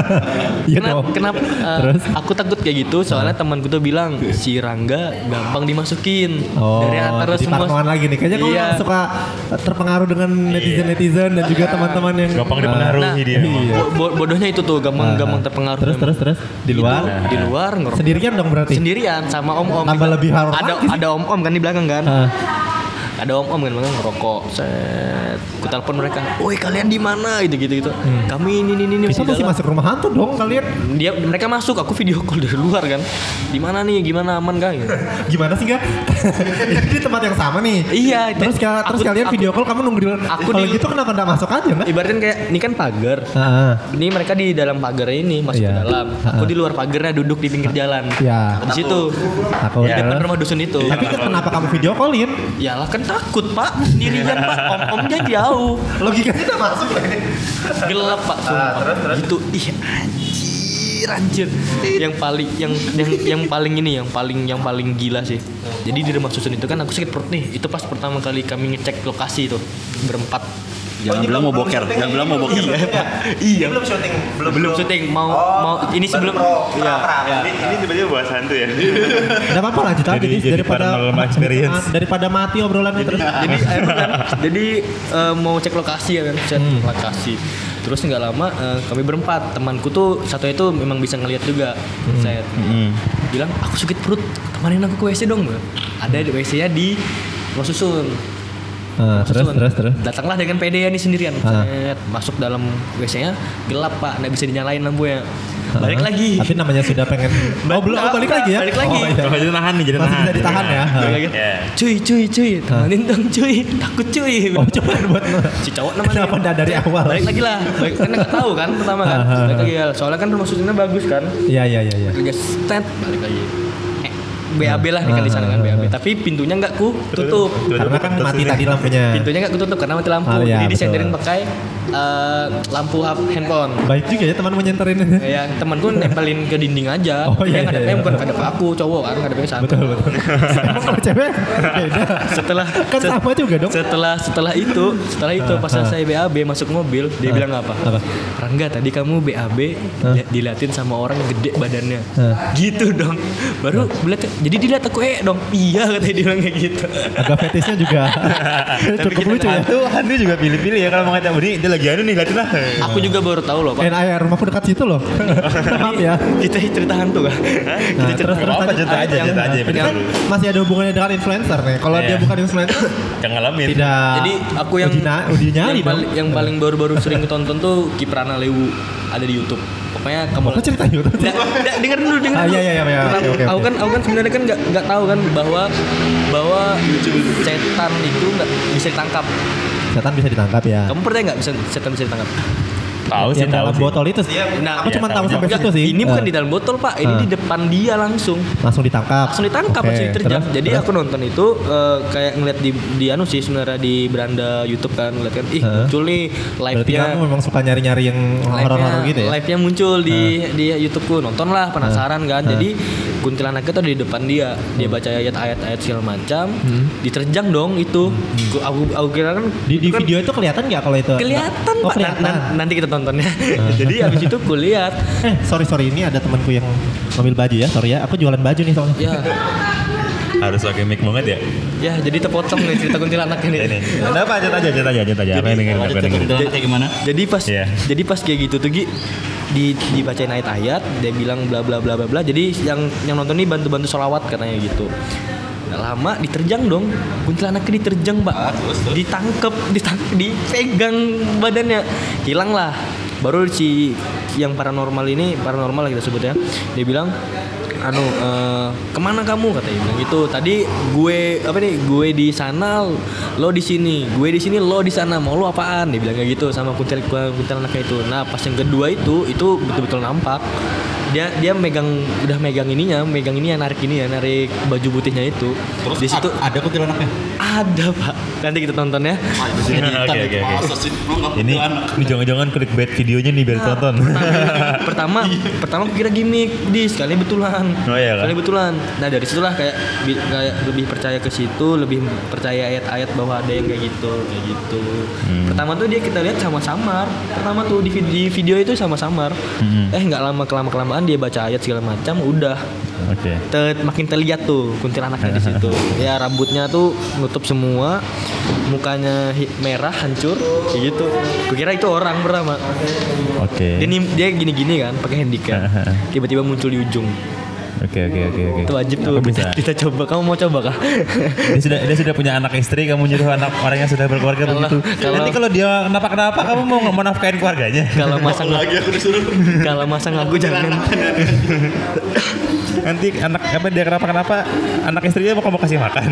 Iya kenapa, dong. kenapa uh, Terus? aku takut kayak gitu soalnya temanku tuh bilang si Rangga gampang dimasukin Oh, dari antara jadi semua. parnoan lagi nih. Kayaknya kamu Iya. suka terpengaruh dengan netizen-netizen dan juga teman-teman yang Gampang Ah, dipengaruhi Nah, dia. emang. Iya. bo- bo- bodohnya itu tuh gampang gampang terpengaruh. Terus memang. terus terus di luar Itu, di luar ngerokok sendirian dong berarti. sendirian sama om-om. Tambah lebih horor Ada lagi sih. ada om-om kan di belakang kan. Ah. Ada om-om kan belakang ngerokok. Set. Ku telepon mereka. "Woi, kalian di mana?" gitu-gitu gitu. Kami ini ini ini Kita masih masuk rumah hantu dong kalian. Dia mereka masuk, aku video call dari luar kan. Di mana nih? Gimana aman kah? Gitu. Gimana sih gak? Ini di tempat yang sama nih. Iya, Terus ka- terus aku- kalian aku- video call kamu nunggu di luar. aku Kalau di- gitu kenapa enggak masuk aja enggak? Ibaratnya kayak ini kan pagar. Heeh. Ini mereka di dalam pagar ini masuk Iya. ke dalam. Aku di luar pagarnya duduk di pinggir jalan. Iya. Di situ. Takut. Di depan rumah dusun itu. Tapi kan kenapa kamu video callin? Yalah kan takut Pak, sendirian Pak, om-omnya jauh, Logikanya udah masuk lagi. gelap Pak, sumpah. Gitu, ih anjir, anjir. Yang paling, yang yang yang paling ini, yang paling yang paling gila sih. Jadi di rumah susun itu kan aku sakit perut nih. Itu pas pertama kali kami ngecek lokasi itu berempat. Jangan bilang mau boker, jangan bilang mau boker. Iya. Belum syuting, belum, belum syuting. Mau mau ini sebelum. Iya. Ini, ini tiba-tiba bahas hantu ya. Enggak apa-apa lanjut aja Jadi- Dis. jadi daripada paranormal experience. daripada mati obrolannya terus. jadi akhirnya kan jadi eh, mau cek lokasi ya kan cek lokasi terus nggak lama eh, kami berempat temanku tuh satu itu memang bisa ngelihat juga saya bilang aku sakit perut temanin aku ke W C dong Bang." Ada di W C nya di rumah susun. Ah, terus Susun. terus terus. Datanglah dengan P D ya nih sendirian. Ah. Set, masuk dalam W C nya gelap Pak, nggak bisa dinyalain lampunya. Balik lagi. Tapi namanya sudah pengen. Oh belum, oh, balik lagi ya? Balik lagi. Oh, iya. Kalau jadi nahan nih, jadi Masih nahan. bisa ditahan ya. Balik lagi. Iya. Cuy, cuy, cuy, temanin dong cuy, takut cuy. Oh cuma buat Si cowok namanya. Kenapa enggak dari awal? Balik lagi lah. Balik, kan nggak tahu kan pertama kan. Balik lagi ya. Soalnya kan rumah susunnya bagus kan. Iya iya iya iya. Kerja stet balik lagi. Eh, B A B lah nih kan di sana kan B A B. Tapi pintunya nggak ku tutup. Karena kan mati tadi lampunya. Pintunya nggak kututup karena mati lampu. Ah, iya, Jadi disenderin betul. pakai eh, lampu hap- handphone. Baik juga ya teman menyenterin ini. Ya temanku nempelin ke dinding aja. Oh, iya, Dia ngadepnya iya, iya. bukan ngadep ke aku cowok kan, ngadepnya ke sana. Betul betul. Emang kalau cewek beda. Setelah Kan set- sama juga dong. Setelah setelah itu, setelah itu pas Ah, ah. saya B A B masuk mobil, dia Ah, bilang apa? apa? Rangga tadi kamu B A B Ah. li- diliatin sama orang yang gede badannya. Ah. Gitu dong. Baru lihat Jadi dilihat aku eh dong. Iya katanya dia bilang kayak gitu. Agak fetishnya juga cukup lucu ya. Hantu, hantu juga pilih-pilih ya kalau mau ngajak Budi, dia lagi anu nih, liatin lah. Aku juga baru tahu loh, Pak. Eh, ayah rumahku dekat situ loh. Maaf ya. Kita cerita hantu kan. Nah, terus terus Apa tadi- cerita aja, yang- cerita aja. Ini bener kan dulu. masih ada hubungannya dengan influencer nih. Kalau Iya. dia bukan influencer, Yang ngalamin. tidak. Jadi aku yang uji, na- uji nyali yang, dong. paling, yang paling baru-baru sering tonton tuh Kiprana Lewu ada di YouTube. Pokoknya kamu Kok cerita YouTube? Nggak, nggak, denger dulu, denger Ah, dulu. iya, iya, iya, iya. Pertama, Oke, oke, aku oke. kan, aku kan sebenarnya kan nggak nggak tahu kan bahwa bahwa setan itu nggak bisa ditangkap. Setan bisa ditangkap ya. Kamu percaya nggak bisa setan bisa ditangkap? Tahu sih, Yang tahu dalam sih. botol itu sih. Nah, aku iya, cuma tahu tahu sampai Nggak, situ sih. ini bukan Eh, di dalam botol pak, ini Ah. di depan dia langsung. langsung ditangkap. Langsung ditangkap, Oke, langsung diterjang. terus- Jadi terus? aku nonton itu eh, kayak ngeliat di di anu sih sebenarnya di beranda YouTube kan, ngeliat kan, ih Heeh. muncul nih Berarti live-nya. kamu memang suka nyari-nyari yang horor-horor gitu ya? Live-nya muncul di di YouTubeku, nonton lah penasaran kan. Jadi kuntilanak itu di depan dia, dia baca ayat-ayat segala macam, diterjang dong itu. Gua- Aku aku kira kan Di, di itu kan video itu kelihatan nggak kalau itu? kelihatan Oh, pak. kelihatan. Nan- nan- nanti kita tontonnya. Jadi abis itu aku lihat, Eh, sorry sorry ini ada temanku yang ngambil baju ya, sorry ya. Aku jualan baju nih soalnya. ya Harus pakai mic banget ya. ya jadi terpotong nih cerita kuntilanak ini. Ini. Ada apa? Cerita aja, cerita aja, cerita aja. Apa yang dengerin? Apa yang dengerin? Kuntilanak kayak gimana? Jadi pas Iya. jadi pas kayak gitu tuh Gi di dibacain ayat-ayat, dia bilang bla bla bla bla bla. Jadi yang yang nonton ini bantu-bantu sholawat katanya gitu. Nggak lama diterjang dong, kuntilanaknya diterjang pak, ditangkep, ditangkep, dipegang badannya, hilang lah. Baru si yang paranormal ini, paranormal lah kita sebutnya, dia bilang anu eh, kemana kamu katanya bilang gitu. Tadi gue apa nih gue di sana lo di sini, gue di sini lo di sana, mau lo apaan, dia bilang kayak gitu sama kuntil kuntilanaknya itu. Nah pas yang kedua itu itu betul-betul nampak dia dia megang udah megang ininya, megang ini ya, narik ini ya, narik baju putihnya itu. Terus Di situ ada kuntilanaknya. ada pak, nanti kita tonton ya. Oke, oke, oke. Masa sih lu nggak Ini kuntilanak? ini jangan-jangan clickbait videonya nih biar tonton. pertama pertama aku kira gimmick di sekali betulan Oh, iya kan? sekali betulan. Nah dari situlah kayak bi- kayak lebih percaya ke situ, lebih percaya ayat-ayat bahwa ada yang kayak gitu kayak gitu. Hmm. Pertama tuh dia kita lihat sama samar, pertama tuh di, vid- di video itu sama samar. Hmm. Eh nggak lama kelama kelamaan dia baca ayat segala macam, udah Oke. Te- makin terlihat tuh kuntilanaknya di situ. Ya rambutnya tuh nutup semua, mukanya hi- merah hancur kayak gitu. Kukira itu orang pertama. Oke. Dia nim- dia gini-gini kan, pakai handicap. Tiba-tiba muncul di ujung. Oke, oke, oke, oke. Itu wajib tuh. Aku bisa. Kita, kita coba. Kamu mau coba kah? Dia sudah dia sudah punya anak istri, kamu nyuruh anak orang yang sudah berkeluarga Kalau- begitu. kalau- Nanti kalau dia kenapa-kenapa, kamu mau mau nafkahin keluarganya. Kalau masang Lagi aku disuruh. kalau masang aku jangan. Nanti anak apa dia kenapa-kenapa, anak istrinya mau kamu kasih makan.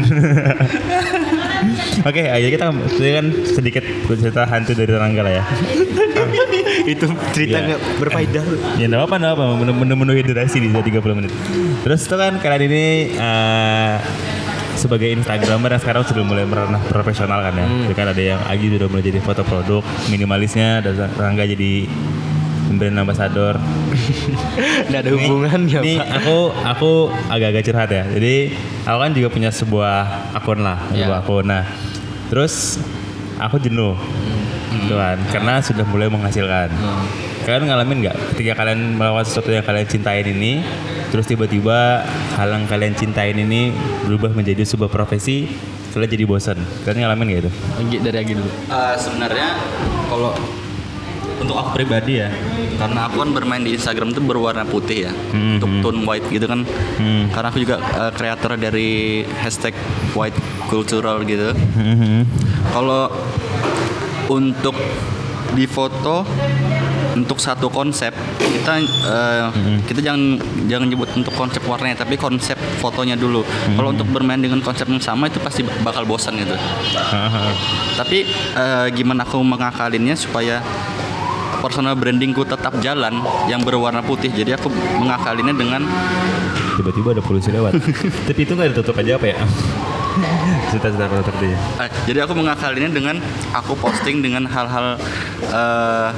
Oke, aja kita itu kan sedikit cerita hantu dari tetangga lah ya. Itu cerita Iya. nggak berfaedah. Ya enggak apa-apa, enggak apa, men- memenuhi durasi di tiga puluh menit. Terus itu kan kalian ini eh, sebagai Instagramer yang sekarang sudah mulai meranah profesional kan ya. Jadi kan ada yang Agi sudah mulai jadi foto produk, minimalisnya, dan Rangga jadi brand ambassador. Nggak ada hubungannya Ini pak. aku aku agak-agak curhat ya. Jadi aku kan juga punya sebuah akun lah, Ya. sebuah akun. Nah, terus aku jenuh, gitu kan, karena sudah mulai menghasilkan. Kalian ngalamin nggak ketika kalian melakukan sesuatu yang kalian cintain ini, terus tiba-tiba hal yang kalian cintain ini berubah menjadi sebuah profesi, kalian jadi bosan? Kalian ngalamin nggak itu? Agi, dari Agi dulu. Eh, sebenarnya kalau untuk aku pribadi ya, karena aku kan bermain di Instagram itu berwarna putih ya, Hmm, untuk hmm. tone white gitu kan. Hmm. Karena aku juga eh, kreator dari hashtag white cultural gitu. Kalau untuk di foto untuk satu konsep kita eh, kita jangan jangan nyebut untuk konsep warnanya, tapi konsep fotonya dulu. Kalau untuk bermain dengan konsep yang sama itu pasti bakal bosan gitu. Tapi eh, gimana aku mengakalinnya supaya personal brandingku tetap jalan yang berwarna putih. Jadi aku mengakalinnya dengan Tiba-tiba ada polisi lewat. Tapi itu nggak ditutup aja apa ya? Cerita-cerita kalau tadi. eh, jadi aku mengakalinnya dengan aku posting dengan hal-hal eh,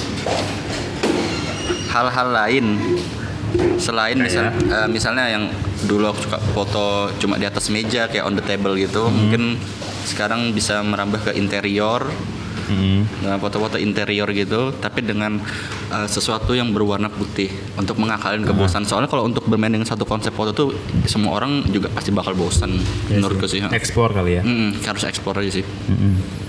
hal-hal lain selain misal, eh, misalnya yang dulu aku suka foto cuma di atas meja kayak on the table gitu. Mungkin sekarang bisa merambah ke interior Mm-hmm. Nah, foto-foto interior gitu, tapi dengan uh, sesuatu yang berwarna putih untuk mengakalin kebosanan. Soalnya kalau untuk bermain dengan satu konsep foto tuh semua orang juga pasti bakal bosan Ya menurutku sih. Explore kali ya. Mm, harus explore aja sih. Mm-hmm.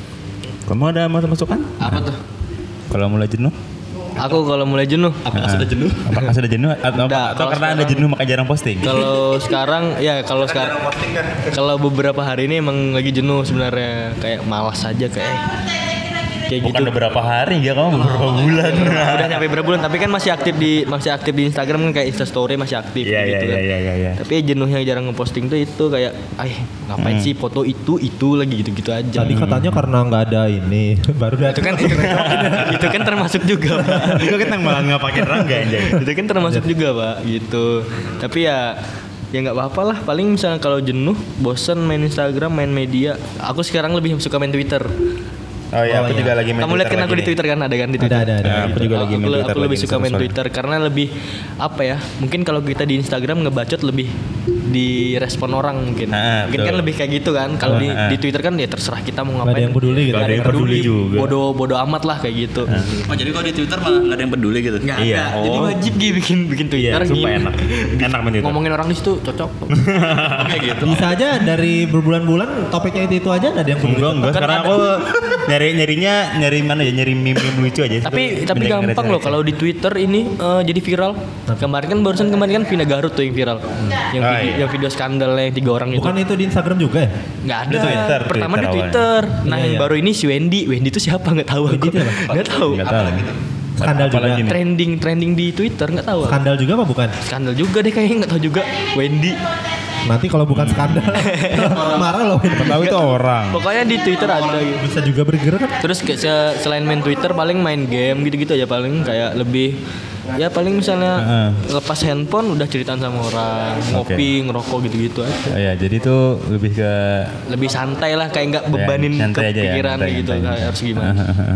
Kamu ada masukan? Apa tuh? Kalau mulai jenuh? Aku kalau mulai jenuh. Apakah sudah jenuh? Apakah sudah jenuh atau, Nggak, atau kalau karena anda sekarang- jenuh makanya jarang posting? Kalau sekarang ya kalau sekarang kalau beberapa hari ini emang lagi jenuh sebenarnya, kayak malas aja kayak kayak Bukan gitu. beberapa hari ya, kamu beberapa bulan. Udah nyampe berapa bulan, tapi kan masih aktif di masih aktif di Instagram kan, kayak Insta Story masih aktif Iya, iya, gitu kan. iya, iya, iya, iya. Tapi jenuhnya jarang ngeposting tuh itu kayak, ay ngapain sih foto itu itu lagi gitu-gitu aja. Tadi katanya karena nggak ada ini baru itu datang. kan itu, itu kan termasuk juga, Pak. Itu kan yang malah nggak pakai rangga anjay. Itu kan termasuk juga, Pak, gitu. Tapi ya ya nggak apa-apa lah, paling misalnya kalau jenuh, bosen main Instagram, main media. Aku sekarang lebih suka main Twitter. Oh iya, Oh, aku iya. juga lagi main Kamu lihat kan lagi aku di nih. Twitter kan, ada kan di Twitter. Ada, ada, ada. Ya, aku juga lagi main Aku, Twitter aku lebih lagi suka main seru-seruan. Twitter karena lebih apa ya? Mungkin kalau kita di Instagram ngebacot lebih direspon orang mungkin. Ah, mungkin betul. kan lebih kayak gitu kan. Kalau di, Ah, ah. di Twitter kan ya terserah kita mau Nggak ngapain. ada yang peduli gitu. Nggak ada yang peduli juga. Bodoh bodoh amat lah kayak gitu. Oh jadi kalau di Twitter malah nggak ada yang peduli gitu? Nggak Iya. ada. Jadi Oh. wajib Gi bikin bikin Twitter. Iya, Gi. sumpah enak. Enak main Twitter. Ngomongin orang di situ cocok. Kayak gitu. Bisa aja dari berbulan-bulan topiknya itu itu aja nggak ada yang peduli. Enggak, enggak. Kan Sekarang ada- aku nyari nyarinya nyari mana ya? Nyari meme-meme lucu aja. tapi tapi Banyak yang gampang loh receh-receh. kalau di Twitter ini eh, jadi viral. Kemarin kan barusan kemarin kan Vina Garut tuh yang viral. Yang Oh, video, iya. yang video skandalnya yang tiga orang itu. Bukan itu di Instagram juga ya? Nggak ada. Di Twitter, Pertama Twitter di Twitter. Nah, Iya, yang iya. baru ini si Wendy. Wendy itu siapa nggak tahu Wendy aku. itu apa? Nggak tahu. Enggak tahu. Skandal juga. Apalagi nih? Trending trending di Twitter nggak tahu. aku. Skandal juga apa bukan? Skandal juga deh kayaknya, nggak tahu juga. Wendy. Nanti kalau bukan skandal marah loh. Tahu itu orang. Pokoknya di Twitter ada gitu. Bisa juga bergerak kan? Terus kayak se- selain main Twitter paling main game gitu-gitu aja, paling kayak lebih ya paling misalnya Heeh. lepas handphone udah ceritaan sama orang, ngopi, ngerokok gitu-gitu aja. Oh ya, jadi itu lebih ke Lebih santai lah, kayak nggak bebanin santai aja ya, kepikiran santai, gitu, santai. kayak harus gimana.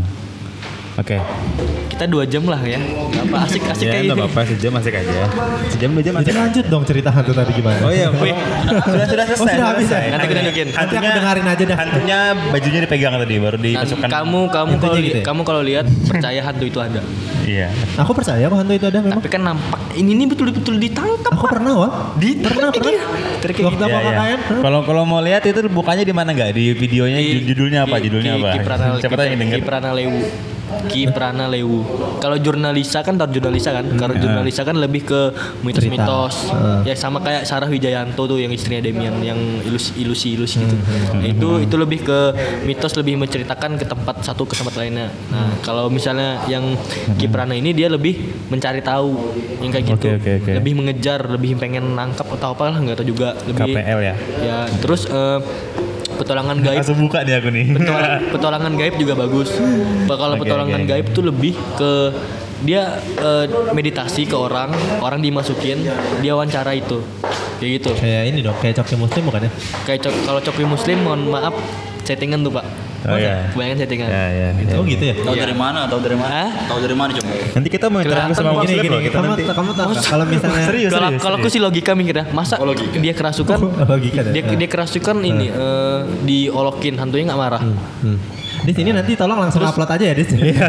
Oke. Kita dua jam lah ya. Nggak apa asik-asik Ya kayak enggak gini. apa-apa, sejam masih aja. Sejam dua jam Jadi masih. lanjut dong cerita hantu tadi gimana? Oh iya, Wih. sudah sudah selesai. Oh, sudah habis ya? Nanti aku tunjukin. Nanti aku dengerin aja dah. Hantunya bajunya dipegang tadi baru Dan dimasukkan. kamu kamu Intinya kalau gitu ya? kamu kalau lihat percaya hantu itu ada. Iya. Aku percaya kok hantu itu ada memang. Tapi kan nampak ini nih betul-betul ditangkap. Aku pernah wah. Di Pernah pernah. Terkayak Waktu gitu. apa Iya, iya. K K N? Hah? Kalau kalau mau lihat itu bukannya di mana nggak? Di videonya Ki- judulnya apa? Ki- Judulnya Ki- apa? Ki Prana- Siapa tahu yang Ki- denger. Ki Prana Lewu. Ki Prana Lewu. Kalau jurnalisa kan tahu jurnalisa kan. Kalau jurnalisa kan lebih ke mitos-mitos. Ya sama kayak Sarah Wijayanto tuh yang istrinya Demian yang ilusi-ilusi gitu. Nah, itu itu lebih ke mitos, lebih menceritakan ke tempat satu ke tempat lainnya. Nah, kalau misalnya yang Ki Prana ini dia lebih mencari tahu yang kayak gitu. Oke, oke, oke. Lebih mengejar, lebih pengen nangkap atau apalah nggak tahu juga. Lebih K P L ya? Ya, terus eh, petualangan gaib. Langsung buka nih aku nih. Petualang- petualangan gaib juga bagus. Kalau Oke, petualangan oke, oke. gaib tuh lebih ke dia eh, meditasi ke orang, orang dimasukin, dia wawancara itu. Kayak gitu. Kayak ini dong, kayak coki muslim bukan ya? Kayak cok- kalau Coki Muslim mohon maaf settingan tuh, Pak. Oh iya. Kebanyakan settingan. Ya ya. ya. Oh gitu ya? Tahu dari mana? Tahu dari mana? Hah? Tahu dari mana coba? Nanti kita mau interview sama Kelihatan Gini Muslim gini, loh. Kita kamu nanti. kamu tahu nggak? Kalau misalnya Serius, Kalau serius. kalau aku serius. sih logika mikir ya, masa dia kerasukan, Logika dah. dia dia kerasukan ini eh, diolokin, hantunya nggak marah. Hmm. Di sini nanti tolong langsung upload aja ya, Dis.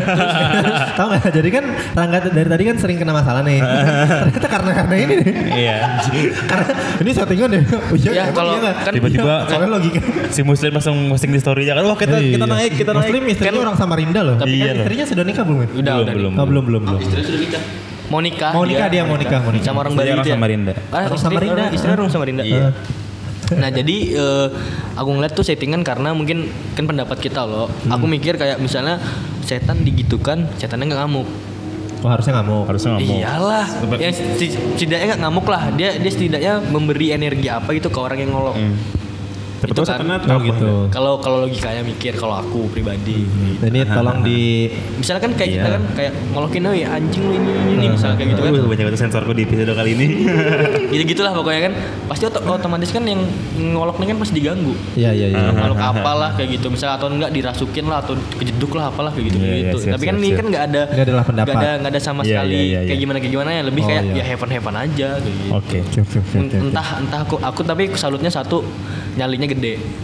Tahu nggak? Jadi kan Rangga dari tadi kan sering kena masalah nih. Ternyata karena karena ini nih. Iya. Karena ini settingan deh. Oh, iya, Ya, emang kalau- iya nggak? kan- Tiba-tiba Iya, soalnya logika. si Muslim langsung posting di story-nya kan. Wah, kita Iya. kita naik, kita naik. Muslim istrinya orang Samarinda loh. Tapi Iya kan loh. istrinya sudah nikah belum? ya? Udah, Belum, udah. belum. Oh, belum belum belum. Mau nikah. Mau nikah dia, mau nikah, mau nikah. Sama orang Dia Bali orang itu ya. Samarinda. Ah, Orang istri, Samarinda. orang- Istrinya orang Samarinda. Iya. Nah jadi eh, aku ngeliat tuh settingan karena mungkin kan pendapat kita loh. Aku mikir kayak misalnya setan digitukan, setannya nggak ngamuk. Oh, harusnya ngamuk. Harusnya ngomong. Iyalah. Ya seti- setidaknya nggak ngamuk lah. Dia dia setidaknya memberi energi apa gitu ke orang yang ngolok. Tapi Itu tuh kan. setannya Oh apa? gitu. Kalau kalau logikanya mikir kalau aku pribadi. Nah, ini tolong di Misalnya kan kayak kita Iya. kan kayak ngolokin oh ya anjing lu ini ini, ini misalnya kayak gitu kan. Uh, banyak banget sensorku di episode kali ini. Gitu-gitulah pokoknya kan. Pasti oto- otomatis kan yang ngoloknya kan pasti diganggu. Iya iya iya. Makhluk apalah kayak gitu misalnya atau enggak dirasukin lah atau kejeduk lah apalah kayak gitu Iya, iya, gitu. siap, Tapi kan siap, ini siap. kan nggak ada Nggak adalah pendapat. nggak ada nggak ada sama Iya, sekali iya, iya, kayak iya. gimana kayak gimana ya lebih Oh, kayak iya. ya heaven heaven aja kayak gitu. Oke. Cuk, cuk, cuk, cuk, cuk. Entah entah aku aku tapi salutnya satu nyalinya gede.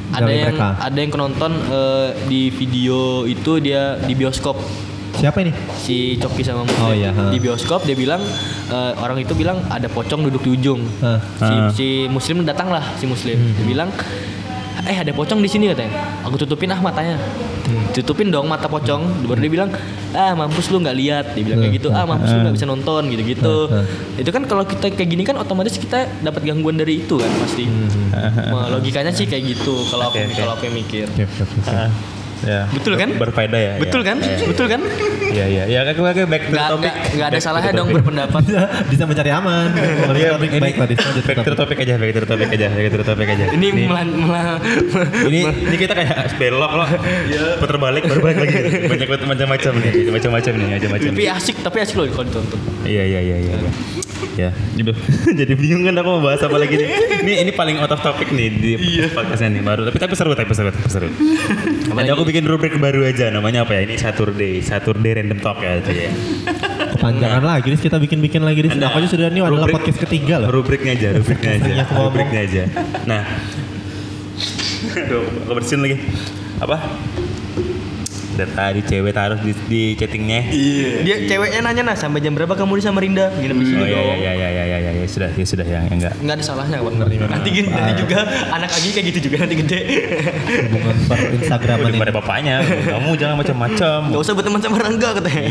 ada Dari yang mereka. ada yang nonton eh, di video itu dia di bioskop. Siapa ini? Si Coki sama Muslim Oh, iya, ha. di bioskop dia bilang eh, orang itu bilang ada pocong duduk di ujung. Hah. Si, Ah. si Muslim datang lah si Muslim dia bilang eh ada pocong di sini katanya. Aku tutupin ah matanya. Tutupin dong mata pocong. Baru dia bilang ah mampus lu nggak lihat. Dia bilang kayak gitu ah mampus lu nggak bisa nonton gitu-gitu. Itu kan kalau kita kayak gini kan otomatis kita dapat gangguan dari itu kan pasti. Nah, logikanya sih kayak gitu kalau Oke, aku oke. kalau aku yang mikir. Oke, oke, oke. Ah, ya. Betul kan? Berfaedah ya. Betul ya. kan? Ya, ya. Betul kan? Iya iya. Ya aku aku back to the Nggak topic. nggak nggak ada Back to salahnya the dong topic. berpendapat. bisa, bisa mencari aman. Iya, Topik ini baik lah, lanjut back to the topic aja, back to the topic aja, back to the topic aja. Ini melan melan ini ini kita kayak belok loh. Putar balik baru balik lagi. Banyak macam-macam nih, macam-macam nih, macam-macam. tapi asik tapi asik loh kalau ditonton. Iya iya iya iya. iya. Ya, gitu. Jadi bingung kan aku mau bahas apa lagi nih. Ini ini paling out of topic nih di podcastnya nih baru. Tapi tapi seru, tapi seru, tapi seru. Nanti aku bikin rubrik baru aja namanya apa ya? Ini Saturday, Saturday Random Talk ya itu ya. Kepanjangan lagi, Riz. Kita bikin-bikin lagi, Riz. Anda- Aku aja sudah ini adalah rubrik- podcast ketiga loh. Rubriknya aja, rubriknya aja, Rubriknya aku ngomong. rubriknya aja. Nah, aduh, aku bersihin lagi. Apa? Dari tadi cewek taruh di, di chattingnya. Dia ceweknya nanya nah sampai jam berapa kamu di Samarinda? Gini di sini Oh iya dong. iya iya iya iya ya, sudah ya sudah ya enggak. Nggak ada salahnya Pak. Nanti gini nanti juga anak Agi kayak gitu juga nanti gede. Hubungan per Instagraman ini. Daripada bapaknya, kamu jangan macam-macam. Gak usah berteman sama Rangga katanya.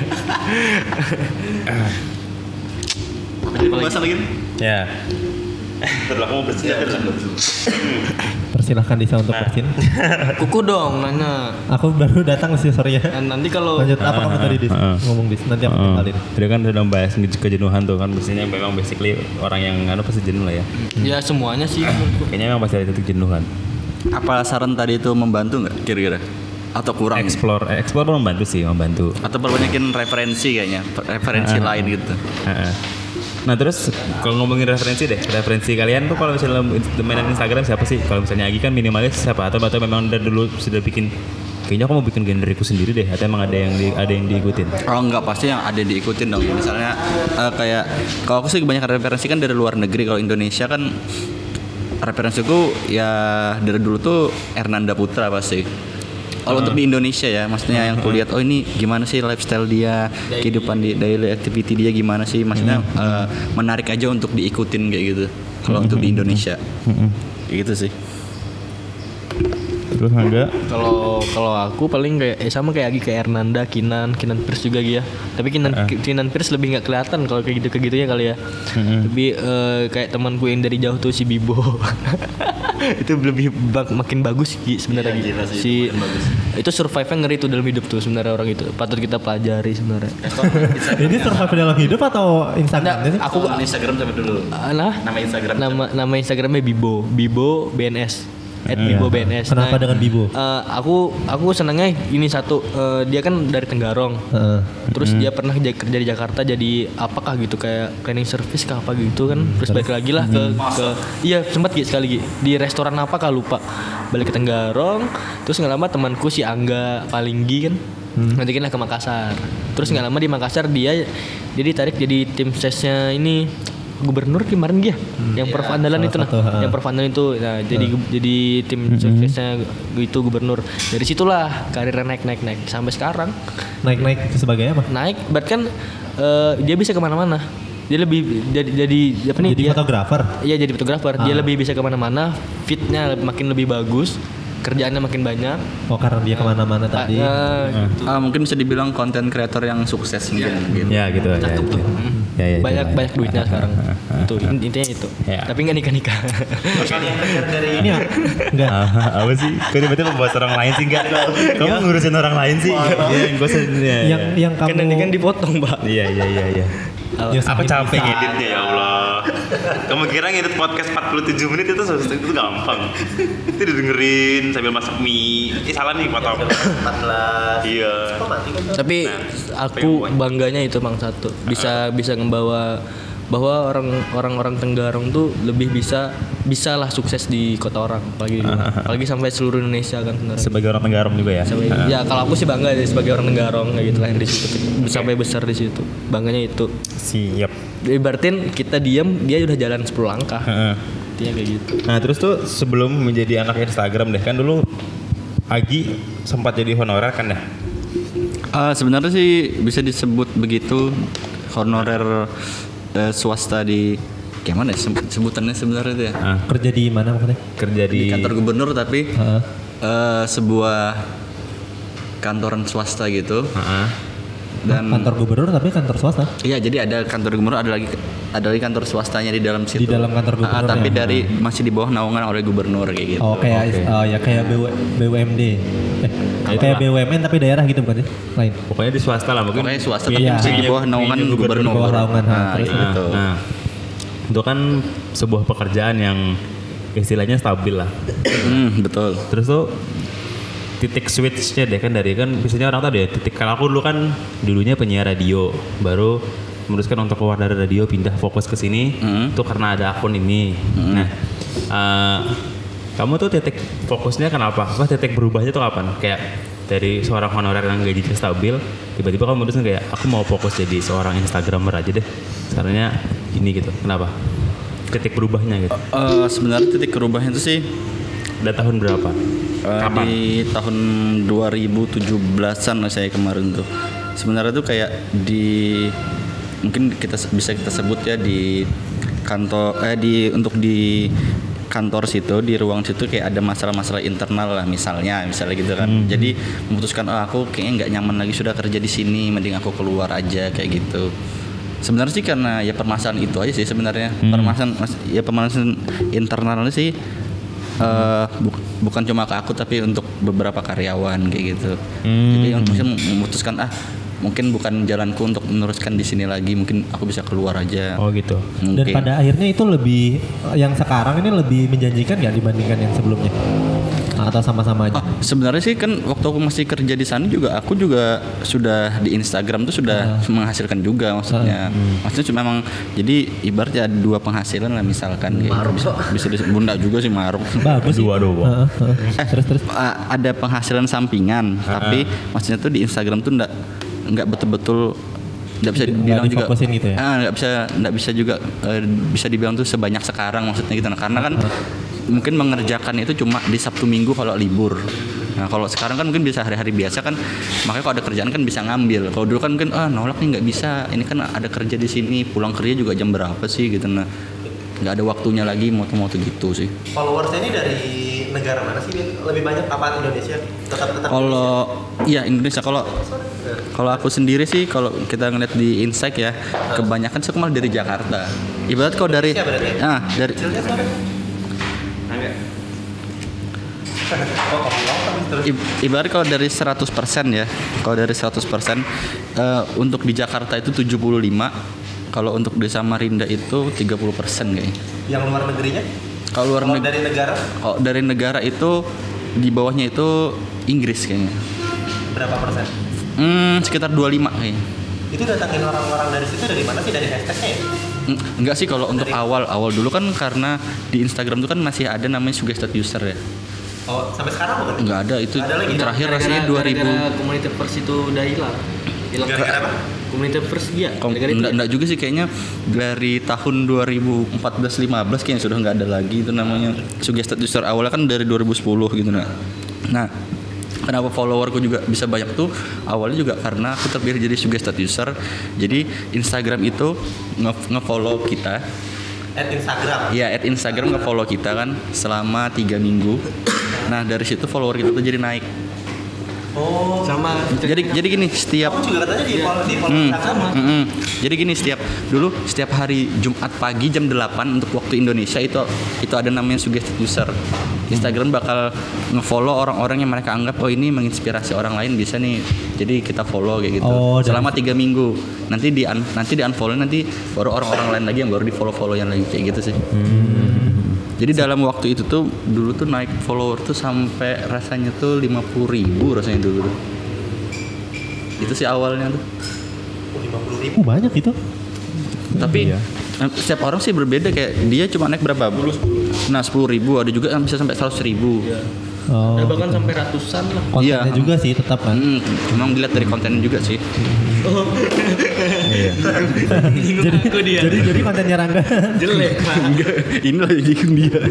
Bahas lagi. Ya. Terus aku mau bersihin. Persilahkan Disa untuk Nah. bersin. Kuku dong nanya. Aku baru datang sih, sorry ya. Dan nanti kalau Lanjut, apa kamu tadi, Dis? Ah, ah. Ngomong, Dis. Nanti aku Oh, kenalin. tadi kan sudah membahas ke- kejenuhan tuh kan biasanya memang basically orang yang anu pasti jenuh lah ya. ya semuanya sih menurutku. Kayaknya memang pasti ada titik jenuhan. Apa saran tadi itu membantu nggak kira-kira? Atau kurang? Explore, eh, explore membantu sih, membantu. Atau perbanyakin referensi kayaknya, referensi Ah. lain gitu. Heeh. Nah terus kalau ngomongin referensi deh, referensi kalian tuh kalau misalnya mainan Instagram siapa sih? Kalau misalnya Agi kan minimalis siapa? Atau atau memang dari dulu sudah bikin? Kayaknya aku mau bikin genreku sendiri deh. Atau emang ada yang di, ada yang diikutin? Oh enggak, pasti yang ada diikutin dong. Misalnya eh, kayak kalau aku sih kebanyakan referensi kan dari luar negeri. Kalau Indonesia kan referensiku ya dari dulu tuh Ernanda Putra pasti. Kalau untuk di Indonesia ya, maksudnya yang kulihat oh ini gimana sih lifestyle dia, kehidupan di daily activity dia gimana sih, maksudnya eh, menarik aja untuk diikutin kayak gitu. Kalau untuk di Indonesia, kayak gitu sih. Terus enggak? Kalau kalau aku paling kayak eh, sama kayak Agi kayak Hernanda, Kinan, Kinan Pierce juga gitu ya. Tapi Kinan Kinan Pierce lebih nggak kelihatan kalau kayak gitu kayak gitunya kali ya. Lebih eh, kayak temanku yang dari jauh tuh si Bibo. Itu lebih bak- makin bagus Gi, sebenarnya Gi. Si itu survive-nya ngeri tuh dalam hidup tuh sebenarnya orang itu. Patut kita pelajari sebenarnya. Ini survive dalam hidup atau Instagram Nggak, sih? aku Nama Instagram siapa dulu? Ah, nah, Nama Instagram nama nama Instagramnya Bibo, Bibo B N S. at Bibo B N S. Kenapa Nah, dengan Bibo? eh, aku aku senangnya ini satu, eh, dia kan dari Tenggarong. Heeh. Terus dia pernah kerja, kerja di Jakarta jadi apakah gitu kayak cleaning service kah apa gitu kan. Terus balik lagi lah ke ke iya sempat gitu sekali Gi. Di restoran apa kah lupa. Balik ke Tenggarong, terus nggak lama temanku si Angga Palinggi kan nanti lah ke Makassar. Terus nggak lama di Makassar dia jadi tarik jadi tim sesnya ini gubernur kemarin dia yang Prof Andalan salah itu nah satu, ha. yang Prof Andalan itu nah jadi jadi tim suksesnya itu gubernur. Dari situlah karirnya naik naik naik sampai sekarang Naik-naik itu sebagai apa? naik bahkan eh, dia bisa kemana-mana. Dia lebih jadi jadi apa nih Jadi dia fotografer. iya jadi fotografer. Dia Ah. lebih bisa kemana-mana, fitnya makin lebih bagus, kerjaannya makin banyak. Oh karena dia kemana-mana tadi. Ah, gitu. Ah, mungkin bisa dibilang konten kreator yang sukses mungkin. gitu. Ya gitu ya. Cakep tuh. Ya, ya, ya, banyak ya. banyak duitnya sekarang. Itu in- intinya itu. Ya. Tapi nggak nikah nikah. Dari ini ya? Enggak. Ah, apa sih? Kok tiba-tiba membahas orang lain sih enggak? Kamu ngurusin orang lain sih? Iya, gue usah. ya, Yang ya. yang kamu Kan nanti kan dipotong, Mbak. Iya, iya, iya, iya. Ya, Aku sahib capek bisa. ngeditnya ya Allah. Kamu kira ngedit podcast empat puluh tujuh menit itu susah, itu gampang. Itu didengerin sambil masak mie. Eh salah nih potong. empat belas. Iya. Tapi aku bangganya itu Mang satu bisa bisa ngebawa bahwa orang orang-orang Tenggarong tuh lebih bisa bisa lah sukses di kota orang apalagi apalagi sampai seluruh Indonesia kan sebenarnya. Sebagai orang Tenggarong juga ya. Sampai- ya kalau aku sih bangga ya sebagai orang Tenggarong kayak gitu lahir di situ sampai besar di situ bangganya itu. Siap. Ibaratin kita diam dia udah jalan sepuluh langkah. Heeh. intinya kayak gitu. Nah terus tuh sebelum menjadi anak Instagram deh kan dulu Agi sempat jadi honorer kan ya? Uh, sebenarnya sih bisa disebut begitu, honorer uh, swasta di gimana ya sebutannya sebenarnya itu ya? Ah. Kerja di mana maksudnya? Kerja di, Di kantor gubernur tapi Heeh. uh, sebuah kantoran swasta gitu. Heeh. Dan Kantor gubernur tapi kantor swasta. iya, jadi ada kantor gubernur, ada lagi ada lagi kantor swastanya di dalam situ. Di dalam kantor Ah, gubernur tapi ya? dari masih di bawah naungan oleh gubernur kayak gitu. Oh kayak Oke. oh, ya kayak B W B U M D. Eh, kayak B U M N tapi daerah gitu bukan sih? Lain. Pokoknya di swasta lah mungkin. Pokoknya swasta Iya. tapi masih di bawah naungan Punya gubernur. Di bawah naungan, ha, Nah, terus, kayak gitu. Nah, itu kan sebuah pekerjaan yang istilahnya stabil lah. Hmm, betul. Terus tuh titik switchnya deh kan dari kan biasanya orang tadi ya titik kalau aku dulu kan dulunya penyiar radio baru memutuskan untuk keluar dari radio pindah fokus ke sini Mm. itu karena ada akun ini. Nah, eh, kamu tuh titik fokusnya kenapa? Apa titik berubahnya tuh kapan? Kayak dari seorang honorer yang gajinya stabil tiba-tiba kamu memutuskan kayak aku mau fokus jadi seorang Instagramer aja deh. Sekarangnya gini gitu. Kenapa? Titik berubahnya gitu. Eh, sebenarnya titik berubahnya itu sih Udah tahun berapa? eh, Kapan? di tahun dua ribu tujuh belasan lah saya kemarin tuh. Sebenarnya tuh kayak di mungkin kita bisa kita sebut ya di kantor eh di untuk di kantor situ di ruang situ kayak ada masalah-masalah internal lah misalnya misalnya gitu kan. Hmm. Jadi memutuskan oh aku kayaknya nggak nyaman lagi sudah kerja di sini, mending aku keluar aja kayak gitu. Sebenarnya sih karena ya permasalahan itu aja sih sebenarnya. Hmm. Permasalahan mas- ya permasalahan internalnya sih eh, bu- bukan cuma ke aku tapi untuk beberapa karyawan kayak gitu. Hmm. Jadi mungkin memutuskan ah mungkin bukan jalanku untuk meneruskan di sini lagi, mungkin aku bisa keluar aja. Oh gitu. Dan Mungkin. pada akhirnya itu lebih yang sekarang ini lebih menjanjikan nggak dibandingkan yang sebelumnya? Atau sama-sama aja? Ah, sebenarnya sih kan waktu aku masih kerja di sana juga aku juga sudah di Instagram tuh sudah menghasilkan juga maksudnya. Maksudnya cuma memang jadi ibaratnya ada dua penghasilan lah misalkan kayak gitu. bisa bisa dis- bunda juga sih maruk. Bagus sih. Dua doang. Heeh, heeh. Terus terus. Ah, ada penghasilan sampingan, tapi maksudnya tuh di Instagram tuh enggak enggak betul-betul nggak bisa Nggak dibilang juga difokusin gitu ya? ah nggak bisa nggak bisa juga eh, bisa dibilang tuh sebanyak sekarang maksudnya gitu. Nah, karena kan mungkin mengerjakan itu cuma di Sabtu Minggu kalau libur. Nah kalau sekarang kan mungkin bisa hari-hari biasa kan, makanya kalau ada kerjaan kan bisa ngambil. Kalau dulu kan mungkin ah nolak nih nggak bisa, ini kan ada kerja di sini, pulang kerja juga jam berapa sih gitu. Nah nggak ada waktunya lagi moto-moto gitu sih. Followersnya ini dari negara mana sih? Lebih banyak apa Indonesia? Tetap tetap. Kalau iya Indonesia, kalau kalau aku sendiri sih kalau kita ngeliat di Insight ya, kebanyakan sih malah dari Jakarta. Ibarat kalau dari ah dari I- ibarat kalau dari seratus persen ya, kalau dari seratus persen eh, untuk di Jakarta itu tujuh puluh lima, kalau untuk di Samarinda itu tiga puluh persen kayaknya. Yang luar negerinya? Kalau luar Kalau neg- dari negara kalau dari negara itu di bawahnya itu Inggris kayaknya. berapa persen? Hmm, sekitar dua puluh lima kayaknya. Itu datangin orang-orang dari situ dari mana sih? Dari hashtagnya ya? Eng- Enggak sih kalau untuk awal awal dulu kan karena di Instagram itu kan masih ada namanya suggested user ya. Oh, sampai sekarang bukan? Enggak ada itu Ada lagi? terakhir rasanya dua ribu. Komunitas pers itu udah hilang. Hilang. Gara-gara apa? Komunitas pers dia. Kom- Gara-gara itu enggak, ya? enggak juga sih kayaknya dari tahun dua ribu empat belas lima belas kayaknya sudah enggak ada lagi itu namanya suggested user. Awalnya kan dari dua ribu sepuluh gitu nah. Nah, kenapa followerku juga bisa banyak tuh awalnya juga karena aku terpilih jadi suggested user. Jadi Instagram itu nge- nge-follow kita. At Instagram. Ya, at Instagram nge-follow kita kan selama tiga minggu. Nah, dari situ follower kita tuh jadi naik. Oh, Sama. Jadi jadi gini, setiap kamu juga katanya di follow di follow Hmm, Instagram. mm-mm. Jadi gini setiap dulu setiap hari Jumat pagi jam delapan untuk waktu Indonesia itu itu ada namanya suggested user. Instagram bakal ngefollow orang-orang yang mereka anggap oh ini menginspirasi orang lain bisa nih. Jadi kita follow kayak gitu. Oh, dan- selama tiga minggu. Nanti di un- nanti di unfollow nanti baru orang-orang lain lagi yang baru di follow-follow yang lagi kayak gitu sih. Jadi dalam waktu itu tuh dulu tuh naik follower tuh sampai rasanya tuh lima puluh ribu rasanya dulu tuh. Itu sih awalnya tuh. lima puluh ribu banyak itu. Tapi Iya. eh, setiap orang sih berbeda kayak dia cuma naik berapa? Nah sepuluh ribu ada juga yang bisa sampai seratus ribu. Oh, Ada bahkan gitu. sampai ratusan lah. Kontennya Iya. juga sih tetap kan. Hmm, cuma dilihat dari kontennya juga sih. Iya. jadi, jadi jadi kontennya Rangga. Jelek Pak. Enggak, inilah yang bikin dia.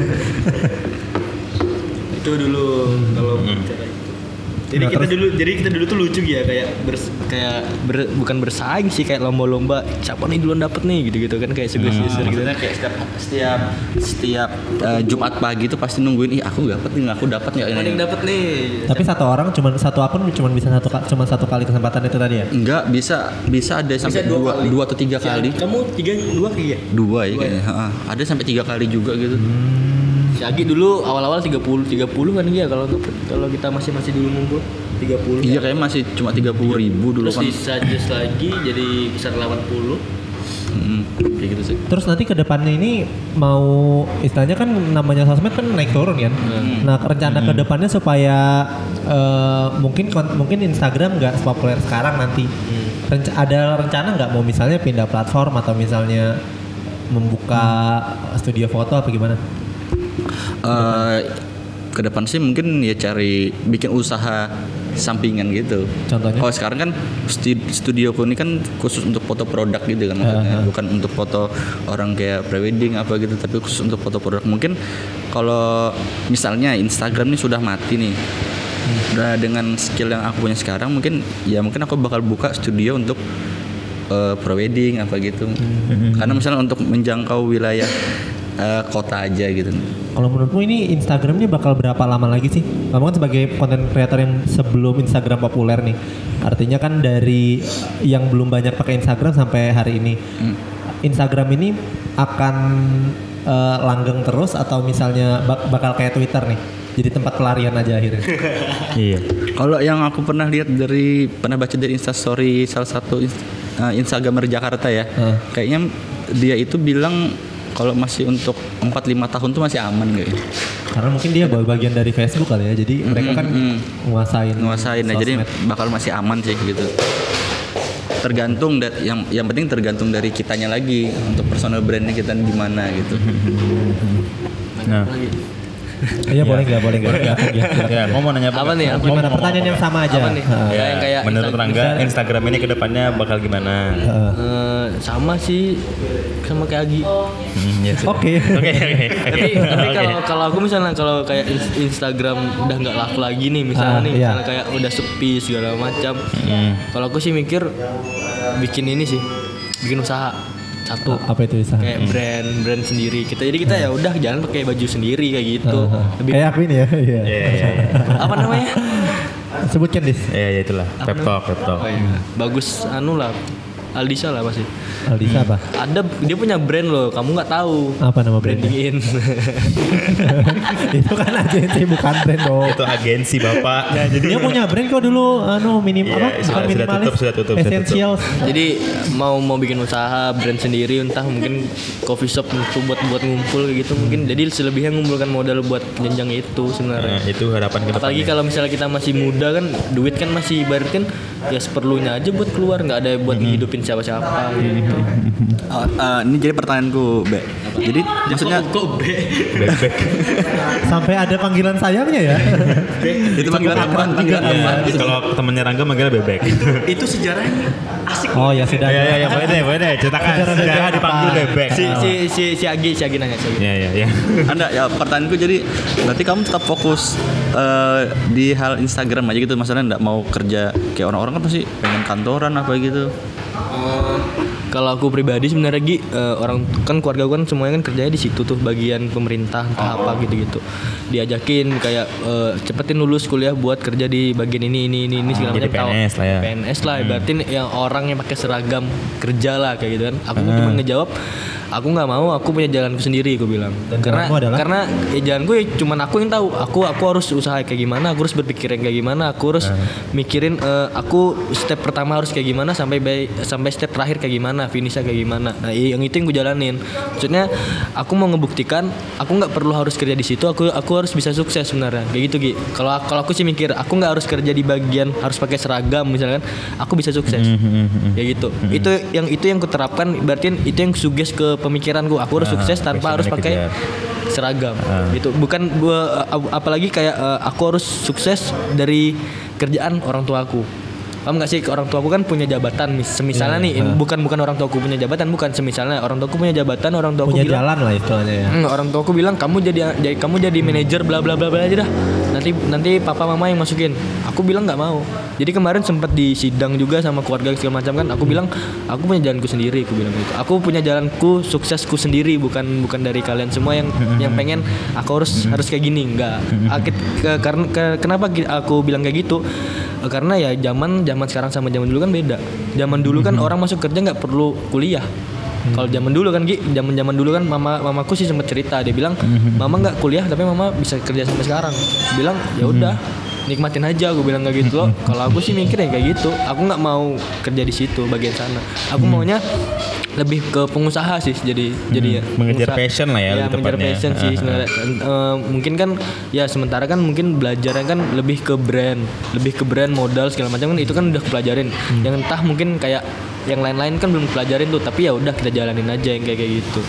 Itu dulu kalau bicara itu. Jadi Nah, kita terus- dulu jadi kita dulu tuh lucu ya kayak bers, kayak ber- bukan bersaing sih kayak lomba-lomba siapa nih duluan dapet nih gitu-gitu kan kayak suges-suges gitu. Maksudnya kayak setiap setiap setiap eh, Jumat pagi tuh pasti nungguin, ih aku dapat nih, aku dapat nggak Mana yang ini? dapet nih? Tapi satu orang cuma satu akun cuma bisa satu ka- cuma satu kali kesempatan itu tadi ya. Enggak, bisa bisa ada sampai dua dua, kali. dua atau tiga Si kali. Agi, kamu tiga dua kali ya? Dua ya kayaknya. Ha-ha. Ada sampai tiga kali juga gitu. Si Agi dulu awal-awal tiga puluh tiga puluh kan dia kalau untuk kalau kita masih masih dulu ngumpul tiga puluh. Iya kayaknya masih cuma tiga puluh ribu dulu Terus kan. di-suggest lagi jadi kisar delapan puluh. Mm, kayak gitu sih. Terus nanti ke depannya ini mau istilahnya kan namanya sosmed kan naik turun kan. Nah, rencana ke depannya supaya eh, mungkin kon- mungkin Instagram nggak sepopuler sekarang nanti. Renca- ada rencana nggak mau misalnya pindah platform atau misalnya membuka studio foto apa gimana? Eh, ke depan sih mungkin ya cari bikin usaha sampingan gitu. Contohnya? Kalau sekarang kan stu- studioku ini kan khusus untuk foto produk gitu kan, maksudnya. Bukan untuk foto orang kayak prewedding apa gitu, tapi khusus untuk foto produk. Mungkin kalau misalnya Instagram ini sudah mati nih, udah dengan skill yang aku punya sekarang, mungkin ya mungkin aku bakal buka studio untuk eh, prewedding apa gitu. Karena misalnya untuk menjangkau wilayah eh, kota aja gitu. Kalau menurutmu ini Instagramnya bakal berapa lama lagi sih? Kamu kan sebagai content creator yang sebelum Instagram populer nih. Artinya kan dari yang belum banyak pakai Instagram sampai hari ini. Instagram ini akan eh, langgeng terus atau misalnya bak- bakal kayak Twitter nih? Jadi tempat pelarian aja akhirnya. Iya. Kalau yang aku pernah lihat dari pernah baca dari Instastory salah satu ins- uh, Instagramer Jakarta ya, Hmm. kayaknya dia itu bilang kalau masih untuk empat lima tahun tuh masih aman kayaknya. Karena mungkin dia bawa bagian dari Facebook kali ya. Jadi mereka kan mm. nguasain Nguasain, nah jadi sosmed. bakal masih aman sih gitu. Tergantung da- yang yang penting tergantung dari kitanya lagi untuk personal brandnya kita gimana gitu. Nah, Iya boleh nggak boleh nggak? Nggak, nggak, nggak. ya, mau mau nanya Apa nih? Apa Gimana Ngomong- pertanyaan yang sama aja? Apa nih? Ha. Ya, Yang kayak menurut Insta- Rangga Instagram ini kedepannya bakal gimana? Ha. Eh, sama sih sama kayak Agi. Hmm, ya sudah. Oke. Oke, oke. tapi tapi kalau kalau aku misalnya kalau kayak ins- Instagram udah nggak laku lagi nih misalnya Ah, nih iya. misalnya kayak udah sepi segala macam. Hmm. Kalau aku sih mikir bikin ini sih, bikin usaha satu. Apa itu usaha? Kayak brand brand sendiri kita jadi kita ya udah jalan pakai baju sendiri kayak gitu. Ha, ha. Lebih Kayak aku ini ya. Iya. Iya, iya, iya. apa namanya? Sebutkan Dis. Ya, ya itulah. Apa Pep talk, pep talk. Oh, iya. Bagus anu lah. Aldisa lah pasti. Aldisa apa? Ada dia punya brand loh, kamu nggak tahu. Apa nama brandnya? Branding in. Itu kan agensi bukan brand dong. Itu agensi Bapak. Ya, jadi dia punya brand kok dulu anu minim Iya, apa? sudah- Bukan sudah minimalis. tutup, sudah tutup, sudah tutup. Essentials. Jadi mau mau bikin usaha brand sendiri entah mungkin coffee shop untuk buat buat ngumpul kayak gitu mungkin jadi selebihnya ngumpulkan modal buat jenjang itu Nah, sebenarnya. itu harapan ke Apalagi depannya. kalau misalnya kita masih muda kan duit kan masih ibarat kan ya seperlunya aja buat keluar nggak ada buat ngehidupin siapa-siapa gitu. Oh, eh, ini jadi pertanyaanku, Be. Jadi maksudnya kok be Bebek. Sampai ada panggilan sayangnya ya. itu panggilan apa? Panggilan Iya. apa? Iya, kalau temennya Rangga manggilnya bebek. itu sejarahnya asik. Oh ya sudah. Ya, ya, ya, boleh deh, boleh deh. Ceritakan Sejarah bebek sejarah apa? dipanggil bebek. Si si si si Agi si Agi nanya si Agi. Ya, ya, ya. Anda ya pertanyaanku jadi berarti kamu tetap fokus eh, di hal Instagram aja gitu, maksudnya nggak mau kerja kayak orang-orang kan pasti pengen kantoran apa gitu. Eh, kalau aku pribadi sebenarnya Gi, eh, orang kan keluarga gue kan semuanya kan kerjanya di situ tuh bagian pemerintah entah apa gitu-gitu. Diajakin kayak eh, cepetin lulus kuliah buat kerja di bagian ini ini ini ini segala Jadi macam. P N S lah ya. P N S lah, berarti yang orang yang pakai seragam kerja lah kayak gitu kan. Aku cuma ngejawab aku nggak mau, aku punya jalanku sendiri, aku bilang. Dan karena jalanmu adalah? karena ya jalanku ya cuman aku yang tahu. Aku aku harus usaha kayak gimana, aku harus berpikir yang kayak gimana, aku harus mikirin eh, aku step pertama harus kayak gimana sampai by- sampai step terakhir kayak gimana, finishnya kayak gimana. Nah, i- yang itu yang gue jalanin. Maksudnya aku mau ngebuktikan aku nggak perlu harus kerja di situ, aku aku harus bisa sukses sebenarnya. Kayak gitu Gi. Kalau kalau aku sih mikir aku nggak harus kerja di bagian harus pakai seragam misalkan, aku bisa sukses. Kayak gitu. Itu yang itu yang kuterapkan berarti itu yang suges ke pemikiranku. Aku harus Ah, sukses tanpa harus passionnya pakai kejar. seragam Ah. gitu. Bukan gua uh, apalagi kayak uh, aku harus sukses dari kerjaan orang tuaku. Paham gak sih, orang tuaku kan punya jabatan, mis- semisalnya nih, ini bukan bukan orang tuaku punya jabatan, bukan semisalnya orang tuaku punya jabatan, orang tuaku Punya bilang, jalan lah istilahnya ya. Hmm, orang tuaku bilang kamu jadi, jadi kamu jadi manajer bla bla bla bla aja dah. Nanti nanti papa mama yang masukin. Aku bilang nggak mau. Jadi kemarin sempat di sidang juga sama keluarga segala macam kan. Aku bilang aku punya jalanku sendiri. Aku bilang gitu. Aku punya jalanku, suksesku sendiri. Bukan bukan dari kalian semua yang yang pengen aku harus harus kayak gini. Enggak. Akit ke, karena ke, kenapa gi- aku bilang kayak gitu? Eh, Karena ya zaman zaman sekarang sama zaman dulu kan beda. Zaman dulu kan orang masuk kerja nggak perlu kuliah. Kalau zaman dulu kan Gi, zaman-zaman dulu kan mama mamaku sih sempat cerita, dia bilang mama nggak kuliah tapi mama bisa kerja sampai sekarang. Bilang ya udah nikmatin aja, gue bilang kayak gitu loh. Kalau aku sih mikirnya kayak gitu, aku nggak mau kerja di situ bagian sana. Aku maunya lebih ke pengusaha sih, jadi jadi ya Mengejar pengusaha. passion lah ya, lebih mengejar tepatnya. passion sih Ah, sebenarnya. Eh, mungkin kan ya sementara kan mungkin belajarnya kan lebih ke brand, lebih ke brand modal segala macam kan itu kan udah kepelajarin. Yang entah mungkin kayak yang lain-lain kan belum pelajarin tuh, tapi ya udah kita jalanin aja yang kayak kayak gitu.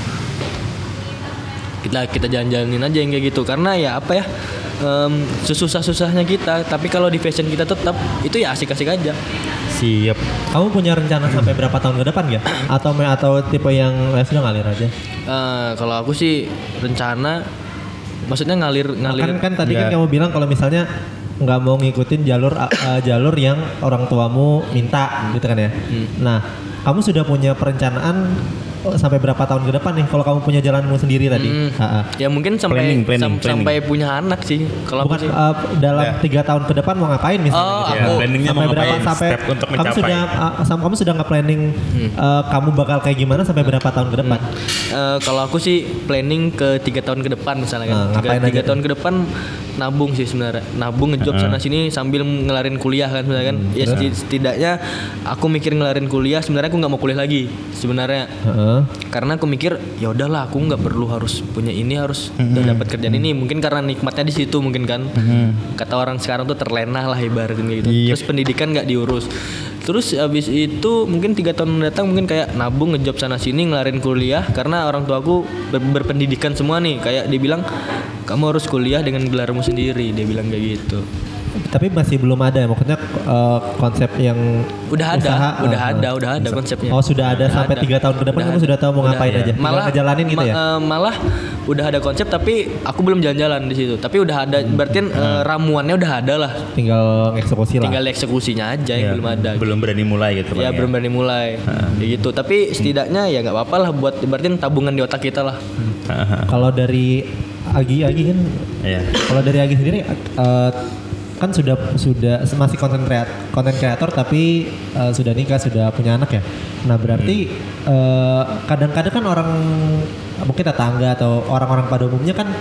Kita kita jalan-jalanin aja yang kayak gitu karena ya apa ya? em, sesusah-susahnya kita, tapi kalau di fashion kita tetap itu ya asik-asik aja. Siap. Kamu punya rencana sampai berapa tahun ke depan nggak? Atau atau tipe yang ya sudah ngalir aja? Eh, kalau aku sih rencana, maksudnya ngalir ngalir. Kan kan tadi kan Nggak. kamu bilang kalau misalnya nggak mau ngikutin jalur uh, jalur yang orang tuamu minta gitu kan ya. Nah, kamu sudah punya perencanaan oh, sampai berapa tahun ke depan nih kalau kamu punya jalanmu sendiri tadi? Hmm. Ha, ha. Ya mungkin sampai Planning, planning, sam- planning. sampai punya anak sih. Kalau aku Bukan sih. uh, dalam Ya. tiga tahun ke depan mau ngapain misalnya? Oh, gitu. Ya, aku planningnya mau sampai berapa ngapain, sampai step untuk kamu mencapai. sudah uh, sam- kamu sudah nge-planning uh, kamu bakal kayak gimana sampai berapa tahun ke depan? Eh, kalau aku sih planning ke tiga tahun ke depan misalnya kan. Nah, tiga, ngapain tiga aja tahun ke depan nabung sih sebenarnya. Nabung ngejob Heeh. sana sini sambil ngelarin kuliah kan sebenarnya kan. Ya seti- setidaknya aku mikir ngelarin kuliah, sebenarnya aku nggak mau kuliah lagi sebenarnya. Heeh. Karena aku mikir ya udahlah aku nggak perlu harus punya ini, harus udah dapat kerjaan ini, mungkin karena nikmatnya di situ mungkin kan. Kata orang sekarang tuh terlena lah ibaratnya gitu. Yep. Terus pendidikan nggak diurus. Terus abis itu mungkin tiga tahun mendatang mungkin kayak nabung ngejob sana sini ngelarin kuliah karena orang tuaku ber- berpendidikan semua nih, kayak dia bilang kamu harus kuliah dengan gelarmu sendiri, dia bilang kayak gitu. Tapi masih belum ada ya, maksudnya uh, konsep yang Udah ada, usaha, udah uh, ada, udah ada konsepnya. Oh sudah ada Udah sampai ada. tiga tahun ke depan Udah kamu ada. sudah tahu mau Udah ngapain ada. aja. Tinggal Malah ngejalanin gitu ma- ya. eh, malah udah ada konsep tapi aku belum jalan-jalan di situ. Tapi udah ada, berarti eh, ramuannya udah ada lah. Tinggal eksekusi lah. Tinggal eksekusinya aja yang Ya, belum ada. Belum berani mulai gitu. Ya Bang, belum berani mulai. Ya gitu. Tapi setidaknya ya nggak apa-apa lah buat berarti tabungan di otak kita lah. Hahaha. Kalau dari Agi Agi kan, Iya. kalau dari Agi sendiri uh, kan sudah sudah masih konten kreator, konten kreator tapi uh, sudah nikah, sudah punya anak ya. Nah berarti uh, kadang-kadang kan orang mungkin tetangga atau orang-orang pada umumnya kan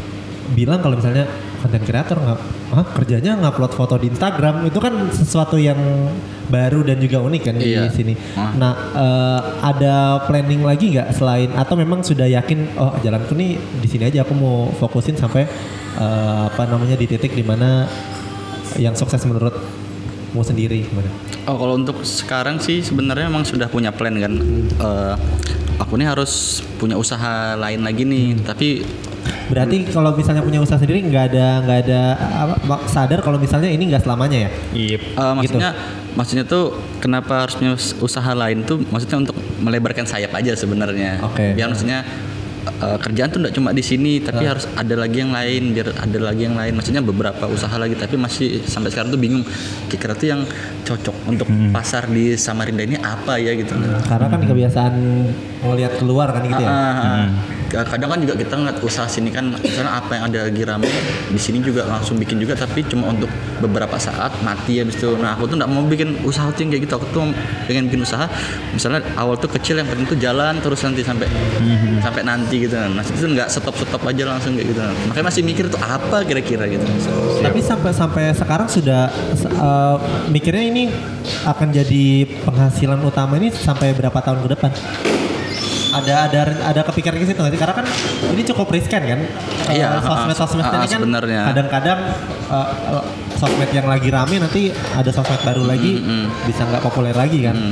bilang kalau misalnya konten kreator nggak, ah, kerjanya ngupload foto di Instagram itu kan sesuatu yang baru dan juga unik kan Iya. di sini. Ah. Nah uh, ada planning lagi nggak selain atau memang sudah yakin oh jalanku nih di sini aja aku mau fokusin sampai uh, apa namanya di titik dimana yang sukses menurutmu sendiri gimana? Oh kalau untuk sekarang sih sebenarnya memang sudah punya plan kan. Eh, aku nih harus punya usaha lain lagi nih. Tapi Berarti kalau misalnya punya usaha sendiri nggak ada nggak ada apa, mak- sadar kalau misalnya ini nggak selamanya ya? Iya. eh, maksudnya maksudnya tuh kenapa harus punya us- usaha lain tuh maksudnya untuk melebarkan sayap aja sebenarnya. Oke. Biar maksudnya eh, kerjaan tuh enggak cuma di sini tapi harus ada lagi yang lain, biar ada lagi yang lain. Maksudnya beberapa usaha lagi tapi masih sampai sekarang tuh bingung kira-kira tuh yang cocok untuk pasar di Samarinda ini apa ya gitu. Karena kan kebiasaan ngelihat keluar kan gitu ya. Ah, ah. Kadang kan juga kita ngeliat usaha sini kan misalnya apa yang ada lagi rame di sini juga langsung bikin juga tapi cuma untuk beberapa saat mati habis itu. Nah aku tuh nggak mau bikin usaha tuh yang kayak gitu. Aku tuh pengen bikin usaha misalnya awal tuh kecil yang penting tuh jalan terus nanti sampai sampai nanti gitu. Nah itu nggak stop stop aja langsung kayak gitu. Makanya masih mikir tuh apa kira-kira gitu. Tapi sampai sampai sekarang sudah uh, mikirnya ini akan jadi penghasilan utama ini sampai berapa tahun ke depan? Ada ada ada kepikiran ke situ nggak sih? Karena kan ini cukup riskan kan. Uh, Iya, sosmed-sosmed ah, ini ah, kan sebenarnya. kadang-kadang uh, uh, sosmed yang lagi rame nanti ada sosmed baru lagi mm. bisa nggak populer lagi kan. Hmm.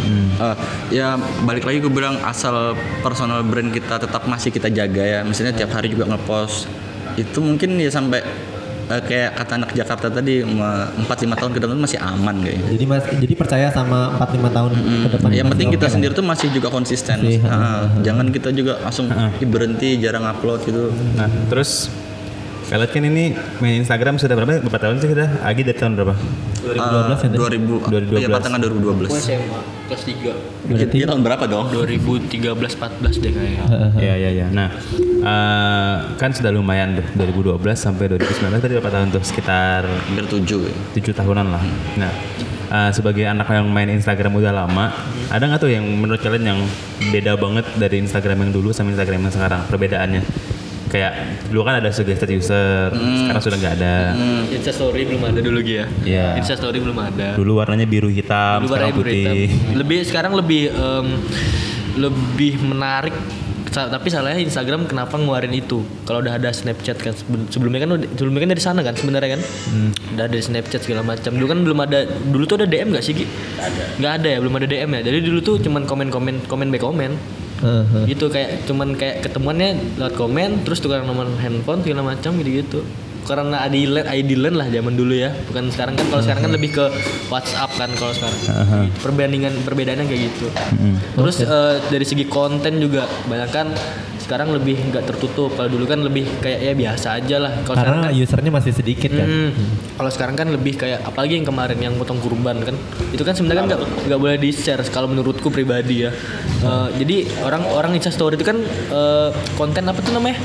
Uh, ya balik lagi gue bilang asal personal brand kita tetap masih kita jaga ya. Misalnya tiap hari juga ngepost. Itu mungkin ya sampai uh, kayak kata anak Jakarta tadi empat lima tahun ke depan masih aman kayaknya. Jadi mas, jadi percaya sama empat lima tahun Mm-hmm. ke depan. Yang penting kita oke sendiri lah. tuh masih juga konsisten. Masih, Nah, uh, jangan kita juga langsung "Ih, berhenti jarang upload gitu. Nah, terus Kalian kan ini main Instagram sudah berapa? Berapa tahun sih kita? Agi dari tahun berapa? dua ribu dua belas ya tadi? dua ribu dua ribu dua belas. Iya, pertengahan dua ribu dua belas. Gue S M A kelas tiga. Berarti Dia tahun berapa dong? dua ribu tiga belas empat belas deh kayaknya. Iya iya iya. Nah, eh, kan sudah lumayan tuh dua ribu dua belas sampai dua ribu sembilan belas tadi berapa tahun tuh? Sekitar Hampir tujuh ya. tujuh tahunan lah. Nah, eh, sebagai anak yang main Instagram udah lama, ada nggak tuh yang menurut kalian yang beda banget dari Instagram yang dulu sama Instagram yang sekarang? Perbedaannya? Kayak dulu kan ada suggested user, sekarang sudah nggak ada. Insta story belum ada dulu Gi ya. Iya. Insta story belum ada. Dulu warnanya biru hitam, Dulu sekarang warnanya putih. berhitam. Lebih sekarang lebih em, lebih menarik. Sa- tapi salahnya Instagram kenapa ngeluarin itu? Kalau udah ada Snapchat kan Sebe- sebelumnya kan udah- sebelumnya kan dari sana kan sebenarnya kan. Udah ada Snapchat segala macam. Dulu kan belum ada. Dulu tuh ada D M nggak sih Gi? Nggak ada ya, belum ada D M ya. Jadi dulu tuh cuman komen-komen komen by komen. Heeh. Gitu kayak cuman kayak ketemuannya lewat komen terus tukar nomor handphone segala macam gitu-gitu. Karena I D line, I D line lah zaman dulu ya. Bukan sekarang kan, kalau sekarang kan lebih ke WhatsApp kan kalau sekarang. Perbandingan perbedaannya kayak gitu. Terus eh, dari segi konten juga banyak kan sekarang lebih nggak tertutup. Kalau dulu kan lebih kayak ya biasa aja lah. Kalau sekarang Karena kan usernya masih sedikit kan. Hmm. Kalau sekarang kan lebih kayak apalagi yang kemarin yang potong kurban kan itu kan sebenarnya kan nggak nggak boleh di share kalau menurutku pribadi ya. Eh, jadi orang-orang Insta Story itu kan eh, konten apa tuh namanya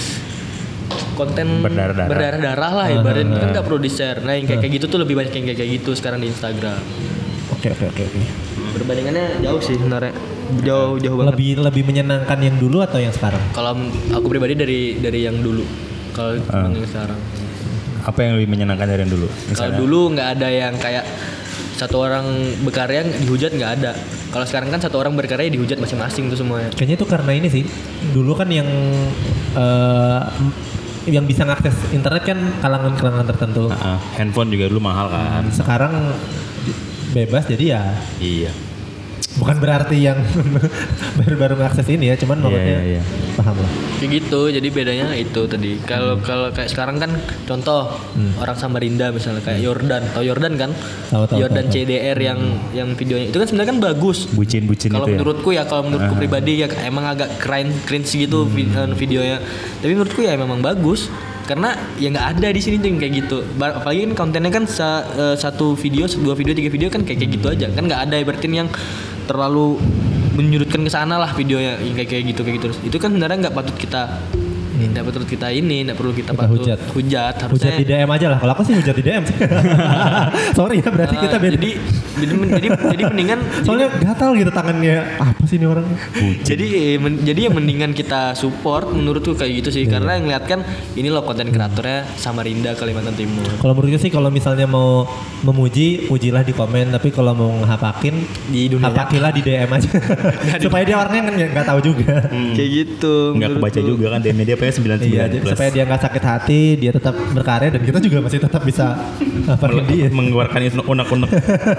konten Berdarah-darah. berdarah-darah lah ibaratnya kan nggak perlu di share. Nah yang kayak kayak gitu tuh lebih banyak yang kayak kayak gitu sekarang di Instagram. Oke oke oke oke. Perbandingannya jauh sih sebenarnya jauh jauh banget. Lebih lebih menyenangkan yang dulu atau yang sekarang? Kalau aku pribadi dari dari yang dulu kalau yang sekarang. Apa yang lebih menyenangkan dari yang dulu? Kalau Misalnya? dulu nggak ada yang kayak satu orang berkarya dihujat nggak ada. Kalau sekarang kan satu orang berkarya dihujat masing-masing tuh semuanya. Kayaknya itu karena ini sih. Dulu kan yang eh, yang bisa ngakses internet kan kalangan-kalangan tertentu. Ah, ah. Handphone juga dulu mahal kan? Sekarang bebas jadi ya Iya. bukan berarti yang baru-baru mengakses ini ya, cuman Iya, maksudnya iya, iya. paham lah. Kayak gitu, jadi bedanya itu tadi. Kalau kalau kayak sekarang kan contoh orang Samarinda misalnya kayak Yordan, tahu Yordan kan? Tahu, tahu, Yordan tahu, C D R yang yang videonya itu kan sebenarnya kan bagus. Bucin-bucin Kalau itu ya? menurutku ya, kalau menurutku pribadi ya emang agak cringe cringe gitu vi- eh, videonya. Tapi menurutku ya memang bagus. Karena ya nggak ada di sini tuh yang kayak gitu. Ba- Apalagi kan kontennya kan sa- eh, satu video, dua video, tiga video kan kayak kayak gitu aja. Kan nggak ada berarti yang terlalu menyudutkan ke sana lah videonya yang kayak kayak gitu kayak gitu. Itu kan sebenarnya nggak patut kita nggak patut kita ini, nggak perlu kita Kita patut hujat. hujat. Hujat Harusnya di D M aja lah. Kalau aku sih hujat di D M sih. Sorry ya, berarti eh, kita beda. jadi jadi jadi jadi mendingan Soalnya gatal gitu tangannya. Apa sih ini orang? jadi men- jadi yang mendingan kita support menurutku kayak gitu sih karena yang lihat kan ini loh konten kreatornya Samarinda Kalimantan Timur. Kalau menurutku sih kalau misalnya mau memuji, pujilah di komen. Tapi kalau mau ngehapakin, Di dunia hapakilah di D M aja. Supaya dia orangnya kan nggak tahu juga. Kayak gitu. Nggak kebaca menurutku. juga kan D M-nya dia punya sembilan puluh Iya, sembilan jadi plus. supaya dia nggak sakit hati, dia tetap berkarya dan kita juga masih tetap bisa ngapain dia. mengeluarkan itu unek-unek.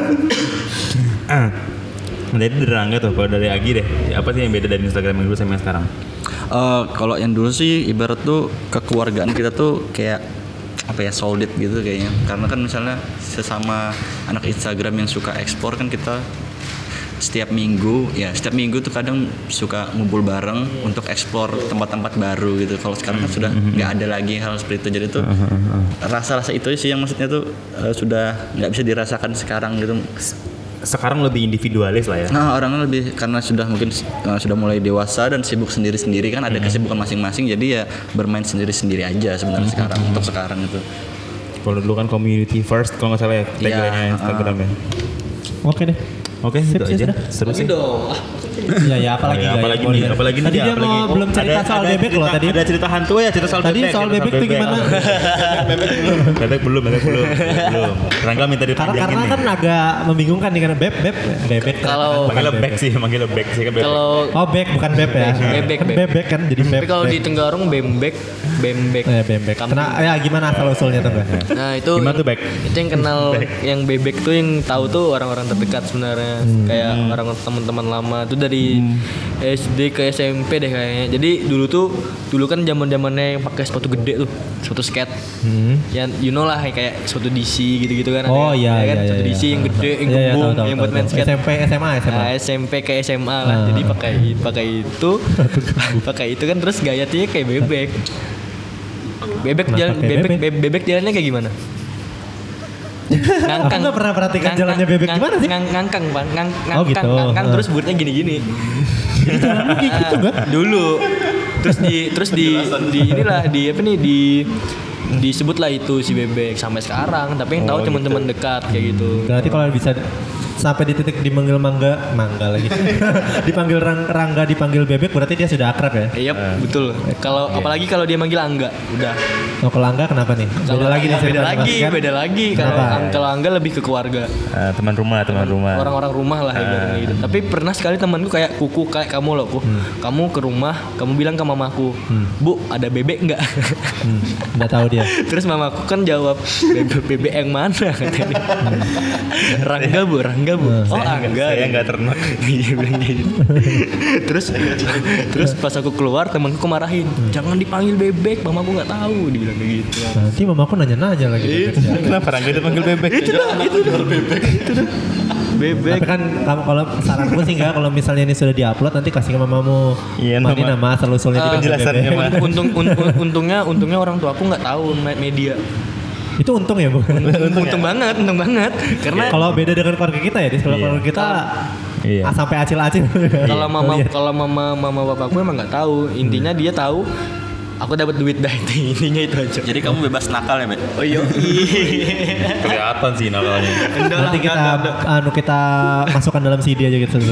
ah. Nah, itu dari Rangga tuh, kalau dari Agi deh, apa sih yang beda dari Instagram yang dulu sama yang sekarang? Eh, kalau yang dulu sih ibarat tuh kekeluargaan kita tuh kayak apa ya solid gitu kayaknya. Karena kan misalnya sesama anak Instagram yang suka ekspor kan kita setiap minggu ya setiap minggu tuh kadang suka ngumpul bareng untuk eksplor tempat-tempat baru gitu. Kalau sekarang kan sudah nggak ada lagi hal seperti itu. Jadi tuh rasa-rasa itu sih yang maksudnya tuh eh, sudah nggak bisa dirasakan sekarang gitu. Sekarang lebih individualis lah ya. Nah orangnya lebih karena sudah mungkin uh, sudah mulai dewasa dan sibuk sendiri-sendiri kan ada kesibukan masing-masing jadi ya bermain sendiri-sendiri aja sebenarnya sekarang untuk sekarang itu. Kalau dulu kan community first, kalau nggak salah ya, tagline-nya Iya, Instagramnya. Oke deh. Oke, Sip, itu sip, aja. sudah. Seru sih. dong. Iya ya, apalagi Oh, iya, nggak apalagi yang mau nih, dia- apalagi nih, Tadi dia apalagi. mau belum cerita Ada- soal ada bebek loh cerita- tadi. Ada cerita hantu ya, cerita soal Tadi bebek. soal cerita bebek tuh gimana? Bebek belum, bebek belum. Belum. Rangga minta Karena dipanjangin karena nih. kan agak membingungkan nih karena beb beb bebek. Kalau- Bukan Manggilnya bebek. bek sih, manggilnya bek sih kan bebek. Kalau Oh bek bukan beb ya. Bebek, Kan bebek. bebek kan jadi beb. tapi kalau beb. di Tenggarong bembek, bembek. Eh, bebek. Kampung. Kena ya gimana asal usulnya tuh Beb? Nah itu Gimana tuh, Bek? itu yang kenal yang bebek tuh yang tahu tuh orang-orang terdekat sebenarnya. sebenarnya. Hmm. Kayak hmm. orang teman-teman lama tuh dari hmm. S D ke S M P deh kayaknya. Jadi dulu tuh dulu kan zaman-zamannya yang pakai sepatu gede tuh, sepatu skate. Hmm. Yang you know lah kayak sepatu D C gitu-gitu kan. Oh iya, ya, kan? iya, sepatu iya, D C iya. yang gede, yang iya, gembung, iya, tahu, yang tahu, buat main tahu. skate. S M P, S M A, S M A. Nah, S M P ke S M A lah. Ah. Jadi pakai pakai itu, pakai itu kan terus gayanya kayak bebek. Bebek Kenapa jalan kayak bebek, bebek? bebek bebek jalannya kayak gimana? Aku nggak pernah perhatikan jalannya bebek gimana sih? Ngang, ngangkang bang, ngang, ngangkang, Oh, gitu. ngangkang Uh. terus buatnya gini-gini. Jadi jalannya kayak gitu nggak? Dulu, terus di terus di di inilah di apa nih di disebutlah itu si bebek sampai sekarang. Tapi yang tahu Oh, teman-teman dekat kayak gitu. Berarti kalau bisa sampai di titik dipanggil mangga, mangga lagi. dipanggil rang, Rangga, dipanggil bebek berarti dia sudah akrab ya? Iya betul. Kalau apalagi kalau dia manggil Angga, udah. Oh, kalau Angga kenapa nih? Beda Kalau lagi nih beda ceritanya, lagi, kan? beda lagi. Kalau Kenapa? Ang- kalau Angga lebih ke keluarga. Uh, teman rumah, teman rumah. Orang-orang rumah lah ibaratnya gitu. Tapi pernah sekali temanku kayak kuku kayak kamu loh, ku. Hmm. Kamu ke rumah, kamu bilang ke mamaku, "Bu, ada bebek enggak?" Hmm, nggak tahu dia. Terus mamaku kan jawab, "Bebek bebek yang mana?" katanya. Rangga, Bu, Rangga, Bu. Hmm. Oh, Saya Angga. nggak- saya nggak ternak. Iya bilang gitu. Terus terus pas aku keluar temanku marahin, "Jangan dipanggil bebek, mamaku nggak tahu." Dibilang kayak gitu. Nanti mamaku nanya-nanya lagi. bebeknya. Kenapa Rangga dipanggil bebek? Itu dah, itu dah bebek. Itu dah. Bebek. Tapi kan kamu kalau saranku sih enggak, kalau misalnya ini sudah diupload nanti kasih ke mamamu. Iya, Mandi nama- nama asal usulnya Ah, penjelasannya, bebek. Mas. Untung un- un- untungnya untungnya orang tua aku nggak tahu me- media. Itu untung ya, Bu. Untung banget, untung banget. Karena Kalau beda dengan keluarga kita ya, di sekolah Iya. keluarga kita Iya. ah, sampai acil-acil. kalau mama Lihat. kalau mama mama bapakku emang nggak tahu. Intinya dia tahu aku dapat duit dah itu intinya itu aja. Jadi kamu bebas nakal ya, Bet? Oh iya. Kelihatan sih nakalnya. Nanti kita anu kita masukkan dalam C D aja gitu.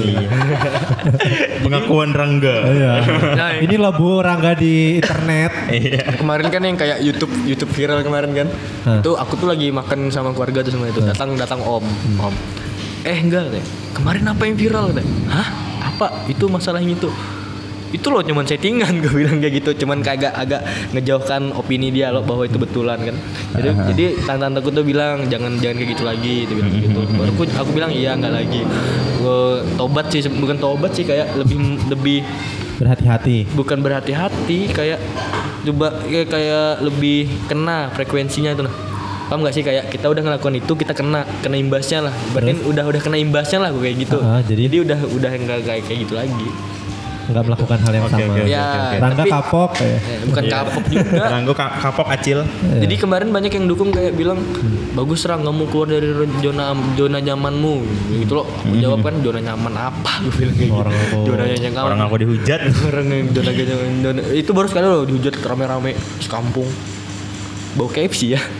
Pengakuan Rangga. Iya. Nah, Ini loh Bu Rangga di internet. Iya. kemarin kan yang kayak YouTube YouTube viral kemarin kan. Hah. Itu aku tuh lagi makan sama keluarga tuh sama itu. Datang datang Om. Om. Eh enggak deh. Kemarin apa yang viral deh? Hah? Apa? Itu masalahnya itu. Itu loh cuman settingan gue bilang kayak gitu, cuman kayak agak, agak ngejauhkan opini dia loh bahwa itu betulan kan. Jadi uh-huh. jadi tante-tanteku tuh bilang jangan jangan kayak gitu lagi, dia bilang kayak gitu. Baru aku, aku bilang iya nggak lagi. Gue tobat sih, bukan tobat sih kayak lebih lebih Berhati-hati. bukan berhati-hati kayak coba kayak, kayak lebih kena frekuensinya itu nah. Paham gak sih kayak kita udah ngelakuin itu kita kena kena imbasnya lah. Berarti udah udah kena imbasnya lah gue kayak gitu. Uh-huh, jadi- jadi udah udah enggak kayak kayak gitu lagi. Nggak melakukan hal yang Oke, sama. oke, oke. Ya, Rangga tapi- kapok ya. Eh, bukan kapok juga. Rangga ka- kapok acil. Jadi kemarin banyak yang dukung kayak bilang bagus Rang kamu keluar dari zona zona nyamanmu gitu loh. Aku jawab kan zona nyaman apa gue bilang kayak Orang gitu. aku- Zona nyaman. Orang aku dihujat. Orang yang zona nyaman. zona- Itu baru sekali loh dihujat rame-rame sekampung. Bau K F C ya.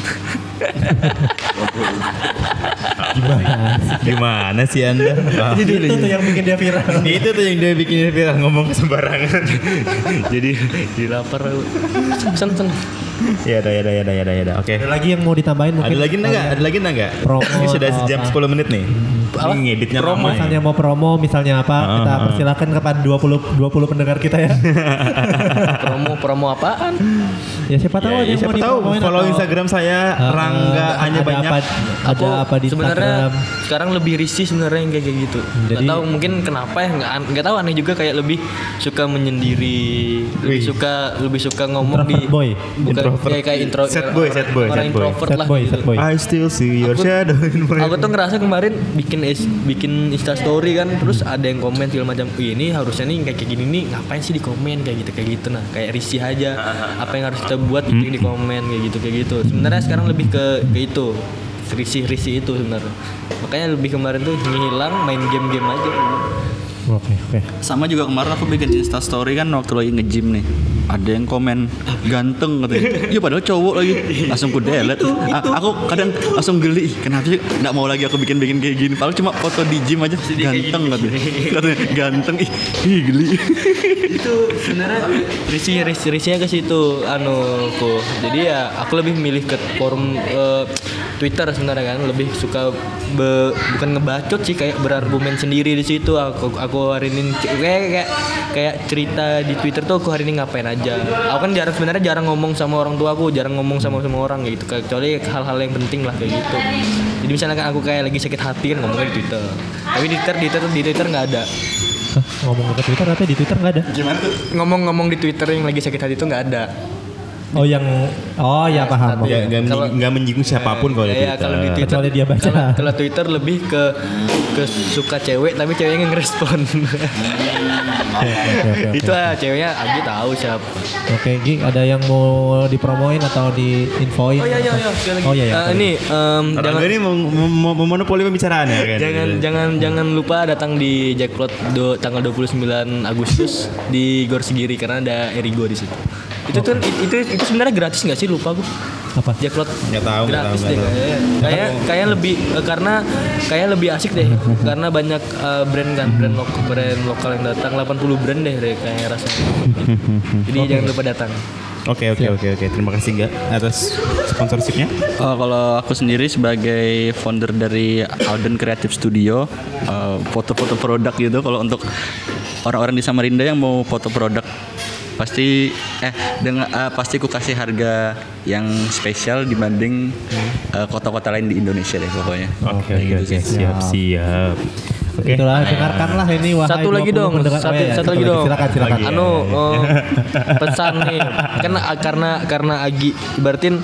Gimana? Gimana sih Anda? Wah. Itu tuh yang bikin dia viral. Itu tuh yang dia bikin dia viral ngomong sembarangan. Jadi di lapar. Sen sen. Ya udah, ya udah, ya udah, ya udah, ya udah. Oke. Ada lagi yang mau ditambahin mungkin? Ada lagi enggak? Ada lagi enggak? Promo Ini sudah atau sejam apa? sepuluh menit nih. Apa? Ini ngeditnya Promo lama ya. misalnya mau promo misalnya apa Ah, kita ah, ah. persilakan kepada dua puluh dua puluh pendengar kita ya. Promo promo apaan? Ya siapa tahu Ya, ada ya, yang siapa mau tahu dipromoin follow atau- Instagram saya Ah, Rangga ah, hanya ada banyak. apa, ada apa di sebenarnya Instagram. sekarang lebih risih sebenarnya yang kayak kayak gitu. Jadi- Nggak tahu mungkin kenapa ya nggak an- nggak tahu aneh juga kayak lebih suka menyendiri, lebih Wih. suka lebih suka ngomong di Introvert boy. bukan Introvert. kayak kayak intro Sad boy, sad boy, orang sad boy. introvert Sad lah boy, gitu. sad boy. I still see your Aku- shadow in my Aku tuh ngerasa kemarin bikin is- bikin Insta story kan, terus ada yang komen segala macam. "Wih, ini harusnya nih kayak kayak gini nih, ngapain sih di komen kayak gitu kayak gitu nah, kayak risih aja. Apa yang harus kita buat itu yang di komen kayak gitu kayak gitu." Sebenarnya sekarang lebih ke ke itu. Risih-risih itu sebenarnya. Makanya lebih kemarin tuh ngilang main game-game aja. Oke, oke. Sama juga kemarin aku bikin Insta story kan waktu lagi nge-gym nih. Ada yang komen ganteng katanya. Iya padahal cowok lagi. Langsung ku delete. A- aku kadang langsung geli. "Ih, kenapa sih enggak mau lagi aku bikin-bikin kayak gini. Padahal cuma foto di gym aja ganteng katanya. Katanya ganteng. Ih, ih geli. Itu sebenarnya risih risih risihnya ke situ anu ku. Jadi ya aku lebih milih ke forum eh, Twitter sebenarnya kan, lebih suka be, bukan ngebacot sih kayak berargumen sendiri di situ. Aku aku hari ini kayak kayak kayak cerita di Twitter tuh aku hari ini ngapain aja. Aku kan jarang sebenarnya jarang ngomong sama orang tua aku, jarang ngomong sama semua orang kayak gitu. Kecuali hal-hal yang penting lah kayak gitu. Jadi Jadi misalnya kan aku kayak lagi sakit hati kan ngomongnya di Twitter. Tapi di Twitter di Twitter di Twitter nggak ada. Hah, ngomong ke Twitter atau di Twitter nggak ada? Gimana tuh? Ngomong-ngomong di Twitter yang lagi sakit hati itu nggak ada. Oh yang oh ya paham. Ya, nggak Kalau- menyinggung, nggak menyinggung siapapun kalau di Iya, Twitter. kalau di Twitter Kecuali dia baca. Kalau, kalau Twitter lebih ke ke suka cewek tapi ceweknya ngerespon. Oke, oke, oke, oke. Itu ah ceweknya Agi tahu siapa. Oke, Gi, ada yang mau dipromoin atau diinfoin? Oh iya iya atau- iya. sekali lagi. Oh iya iya. Eh, ini em, Orang jangan ini mem- mem- memonopoli pembicaraan ya kan. jangan jangan jangan lupa datang di Jackpot do, tanggal dua puluh sembilan Agustus di Gor Segiri karena ada Erigo di situ. Itu tuh itu itu sebenarnya gratis nggak sih, lupa aku. Apa? Jackpot Nggak tahu, nggak gratis tahu, deh nggak tahu. kayaknya. Kayak kayak lebih eh, karena kayak lebih asik deh karena banyak eh, brand kan brand lokal brand lokal yang datang delapan puluh brand deh deh kayaknya rasanya. Jadi jangan lupa datang. Oke oke oke oke. Terima kasih Ga atas sponsorshipnya. Oh, kalau aku sendiri sebagai founder dari Alden Creative Studio, eh, foto-foto produk gitu. Kalau untuk orang-orang di Samarinda yang mau foto produk, pasti eh dengan eh, pasti ku kasih harga yang spesial dibanding eh, kota-kota lain di Indonesia deh pokoknya. Oke Kayak oke gitu oke sih. siap siap. Oke. Itulah dengarkanlah ini wahai Satu lagi dua puluh dong, pendengar. satu, Oh, iya, satu lagi dong. Silakan silakan. Lagi ya. Anu eh, pesan nih, karena karena karena Agi ibaratin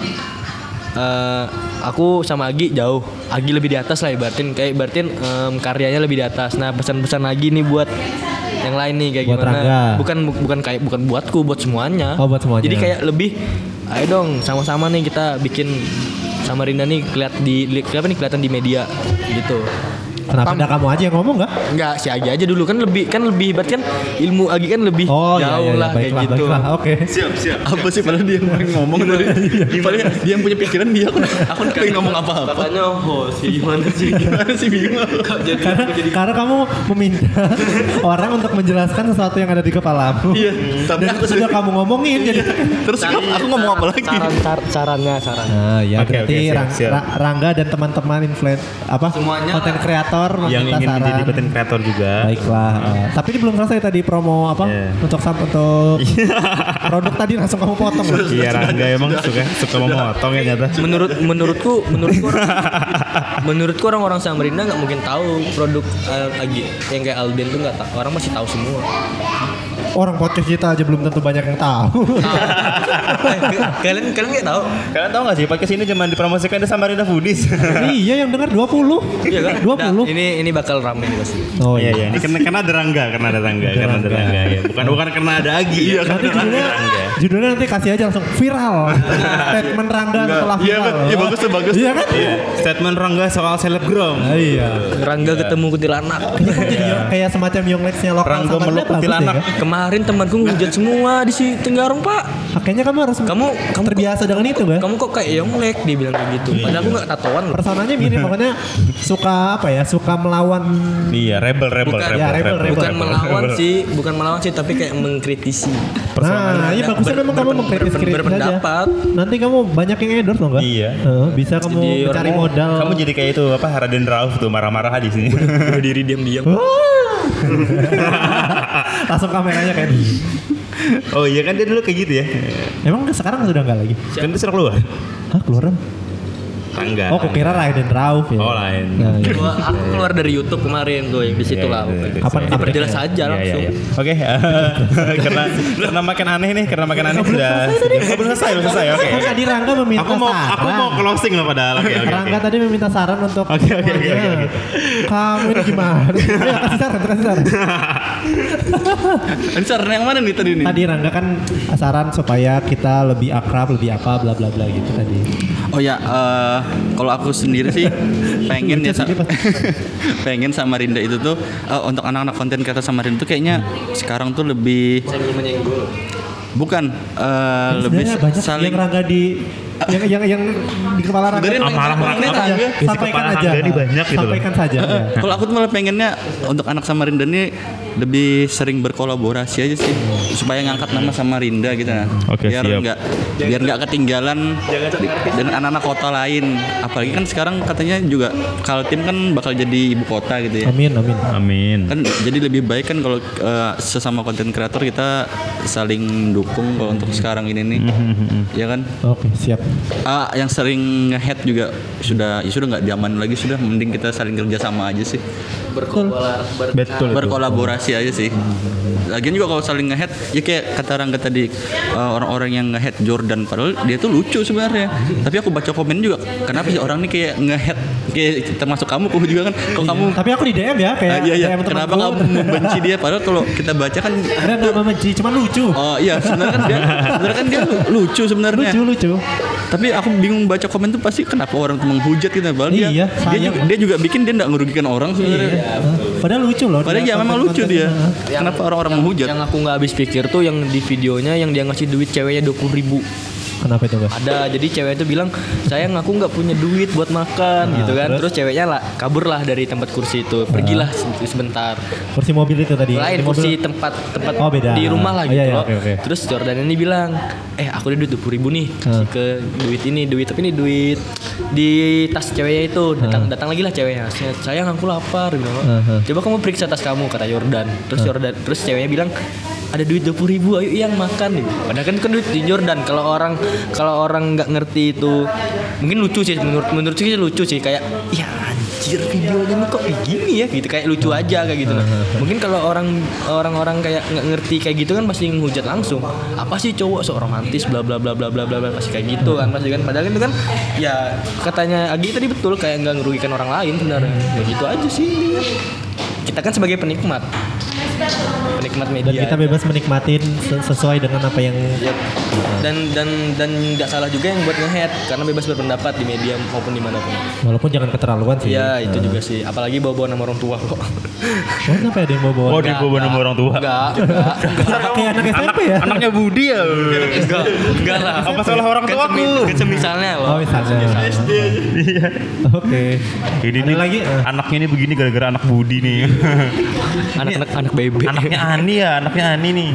eh, aku sama Agi jauh, Agi lebih di atas lah ibaratin, kayak ibaratin em, karyanya lebih di atas. Nah pesan-pesan Agi nih buat yang lain nih kayak Buat gimana? Rangga. Bukan bukan kayak bukan buatku, buat semuanya. Oh, buat semuanya. Jadi kayak lebih, ayo dong sama-sama nih kita bikin Samarinda nih keliat di li- apa nih kelihatan di media gitu. Kenapa Pam- enggak kamu aja yang ngomong enggak? Enggak, si Agi aja dulu kan lebih kan lebih ibarat kan ilmu Agi kan lebih Oh iya jauh iya, lah iya. kayak Baiklah, gitu. baiklah. Oke. Siap, siap. Apa sih padahal dia yang paling ngomong tadi. Padahal dia yang punya pikiran dia aku aku pengen ngomong apa-apa. Katanya host gimana sih? Gimana sih bingung. Kok jadi Karena, karena kamu meminta orang untuk menjelaskan sesuatu yang ada di kepalamu. Iya, tapi Dan aku sudah kamu ngomongin jadi. terus aku, aku ngomong apa lagi? saran sar, sarannya saran. Nah, ya Oke, berarti oke, siap, Rang- siap. Ra- Rangga dan teman-teman influencer apa? Semuanya konten kreator Yang meminta ingin menjadi saran. content creator juga. Baiklah. eh, tapi ini belum selesai tadi promo apa? Iya. Untuk sam- untuk produk tadi langsung kamu potong loh. Iya Rangga emang suka suka memotong ya nyata. Menurut menurutku menurutku orang, menurutku orang-orang Samarinda nggak mungkin tahu produk eh, Agi yang kayak Alden tuh nggak tahu. Orang masih tahu semua. Orang podcast kita aja belum tentu banyak yang tahu. Eh, kalian kalian nggak tahu? Kalian tahu gak sih podcast ini cuma dipromosikan di Samarinda Foodies. Iya yang dengar dua puluh. Iya kan? dua puluh. Nah, ini ini bakal rame nih pasti. Oh iya iya. iya, ini karena, karena ada Rangga, karena ada Rangga, karena ada Rangga ya. Bukan bukan karena ada Agi. Iya, Nanti judulnya, judulnya nanti kasih aja langsung viral. Statement Rangga setelah Iya, viral. iya bagus tuh bagus. Iya kan? Iya, statement Rangga soal selebgram. Ah, iya. Rangga ketemu kuntilanak. Ini kok jadi yang- kayak semacam Yonglexnya lokal Rangga sama meluk bagus kuntilanak. ya, kan? Kemarin temanku ngehujat semua di si Tenggarong pak. Makanya kamu harus Kamu kamu terbiasa dengan itu kan? Kamu kok kayak Yonglek dia bilang kayak gitu. Padahal aku nggak tatoan loh. Personanya mirip makanya suka apa ya? Suka melawan. Iya, rebel rebel Bukan, rebel. ya, rebel, rebel. Bukan melawan sih, bukan melawan sih, tapi kayak mengkritisi. Nah, iya bagusnya ber- memang kamu ber- mengkritis kritis aja. berpendapat. Nanti kamu banyak yang endorse loh enggak? Iya. bisa kamu Jadi orang mencari mau- modal. Kamu jadi kayak itu apa Raden Rauf tuh marah-marah di sini. Bunuh diri diam-diam. Langsung kameranya kayak Oh iya kan dia dulu kayak gitu ya. Emang sekarang sudah enggak lagi? Kan dia sudah keluar. Hah, keluaran? Rangga. Oh, kukira Raiden Rauf ya. Oh, lain. Nah, iya. Gua- aku keluar dari YouTube kemarin tuh yang di situ Iya, lah. iya, iya. Kapan Diperjelas update-nya? aja Iya, langsung. iya, iya. Oke, karena karena makin aneh nih, karena makin aneh sudah. Oh, belum selesai, belum selesai. Oke. Kan tadi Rangga meminta Aku mau saran. aku mau closing loh padahal. Oke, oke. Rangga oke. tadi meminta saran untuk Oke, oke, oke, semuanya. oke, oke. Kamu ini gimana? Ayo kasih saran, kasih saran. Ini saran yang mana nih tadi nih? Tadi Rangga kan saran supaya kita lebih akrab, lebih apa bla bla bla gitu tadi. Oh ya, eh, kalau aku sendiri sih pengen ya Lucu sih, sa- pengen Samarinda itu tuh eh, untuk anak-anak konten kreator Samarinda tuh kayaknya sekarang tuh lebih bukan eh, lebih Sebenarnya banyak saling yang Rangga di yang yang yang di kepala Rangga. Dengerin, Sampaikan marah-marah aja. Rangga. Isi Sampaikan kepala aja. Rangga ini banyak gitu loh. Sampaikan saja. ya. Kalau aku tuh malah pengennya untuk anak Samarinda ini lebih sering berkolaborasi aja sih supaya ngangkat nama Samarinda gitu nah. Oke, biar siap. nggak biar nggak ketinggalan dengan anak-anak kota lain. Apalagi kan sekarang katanya juga Kaltim kan bakal jadi ibu kota gitu ya. Amin amin. Amin. Kan jadi lebih baik kan kalau eh, sesama konten kreator kita saling dukung kalau untuk sekarang ini nih. Ya kan? Oke siap. Ah, yang sering nge-head juga sudah ya sudah nggak zaman lagi, sudah mending kita saling kerja sama aja sih. Berkolaborasi. Ber- Betul. Berkolaborasi aja sih. Lagian juga kalau saling nge-head ya kayak kata Rangga tadi, uh, orang-orang yang nge-head Jordan padahal dia tuh lucu sebenarnya. Tapi aku baca komen juga, kenapa sih orang ini kayak nge-head, kayak termasuk kamu kok juga kan. Kok kamu Tapi aku di D M ya kayak Ah, iya, iya. D M Kenapa temanku. kamu membenci dia padahal kalau kita baca kan Ada nggak membenci, cuman lucu. oh iya sebenarnya kan dia sebenarnya kan dia lucu sebenarnya. Lucu lucu. Tapi aku bingung baca komen tuh pasti kenapa orang tuh menghujat gitu padahal dia Iya, dia sayang. juga, dia juga bikin dia enggak ngerugikan orang sebenarnya. Hah? Padahal lucu loh. Padahal dia ya memang lucu konten-konten. dia. Hah? Kenapa orang-orang menghujat? Yang aku nggak habis pikir tuh yang di videonya yang dia ngasih duit ceweknya dua puluh ribu. Kenapa itu, Bang? Ada, jadi cewek itu bilang, sayang aku nggak punya duit buat makan Nah, gitu kan. terus? Terus, ceweknya lah kabur lah dari tempat kursi itu, pergilah se- sebentar. Kursi mobil itu tadi. Lain Di kursi mobil- tempat tempat Oh, beda. di rumah lah Oh, gitu iya, iya, loh. oke, oke. Terus Jordan ini bilang, eh aku ada duit dua puluh ribu nih, kasih Ah. ke duit ini, duit tapi ini duit di tas ceweknya itu. Datang datang lagi lah ceweknya, sayang aku lapar. Dia bilang, Ah, ah. coba kamu periksa tas kamu, kata Jordan. Terus Jordan, terus ceweknya bilang, ada duit dua puluh ribu, ayo yang makan gitu. Padahal kan kan duit di Jordan. Kalau orang kalau orang nggak ngerti itu, mungkin lucu sih menurut menurut sih lucu sih, kayak ya anjir videonya nih kok kayak gini ya gitu, kayak lucu aja kayak gitu. Nah, mungkin kalau orang orang-orang kayak nggak ngerti kayak gitu kan pasti ngehujat langsung. Apa sih cowok sok romantis bla bla bla bla bla bla bla pasti kayak gitu kan pasti kan. Padahal itu kan ya katanya Agi tadi betul, kayak nggak ngerugikan orang lain sebenarnya. Ya gitu aja sih intinya. Kita kan sebagai penikmat penikmat Dan media kita bebas menikmatin se- sesuai dengan apa yang Yap. dan dan dan nggak salah juga yang buat nge-head karena bebas berpendapat di media maupun dimanapun. walaupun jangan keterlaluan sih. Iya itu juga sih, apalagi bawa-bawa nama orang tua kok. Oh, kenapa ada yang bawa-bawa? Oh, dibawa nama orang tua. Enggak, enggak, enggak. Kayak anak S M P ya? Anaknya Budi ya. Enggak, enggak lah. Apa salah orang Kan tuaku? semi- Kan semisalnya loh. Oh, misalnya. Oke. Ini Ada nih lagi? Eh, anaknya ini begini gara-gara anak Budi nih. Anak-anak anak bebek. Anaknya Ani ya, anaknya Ani nih.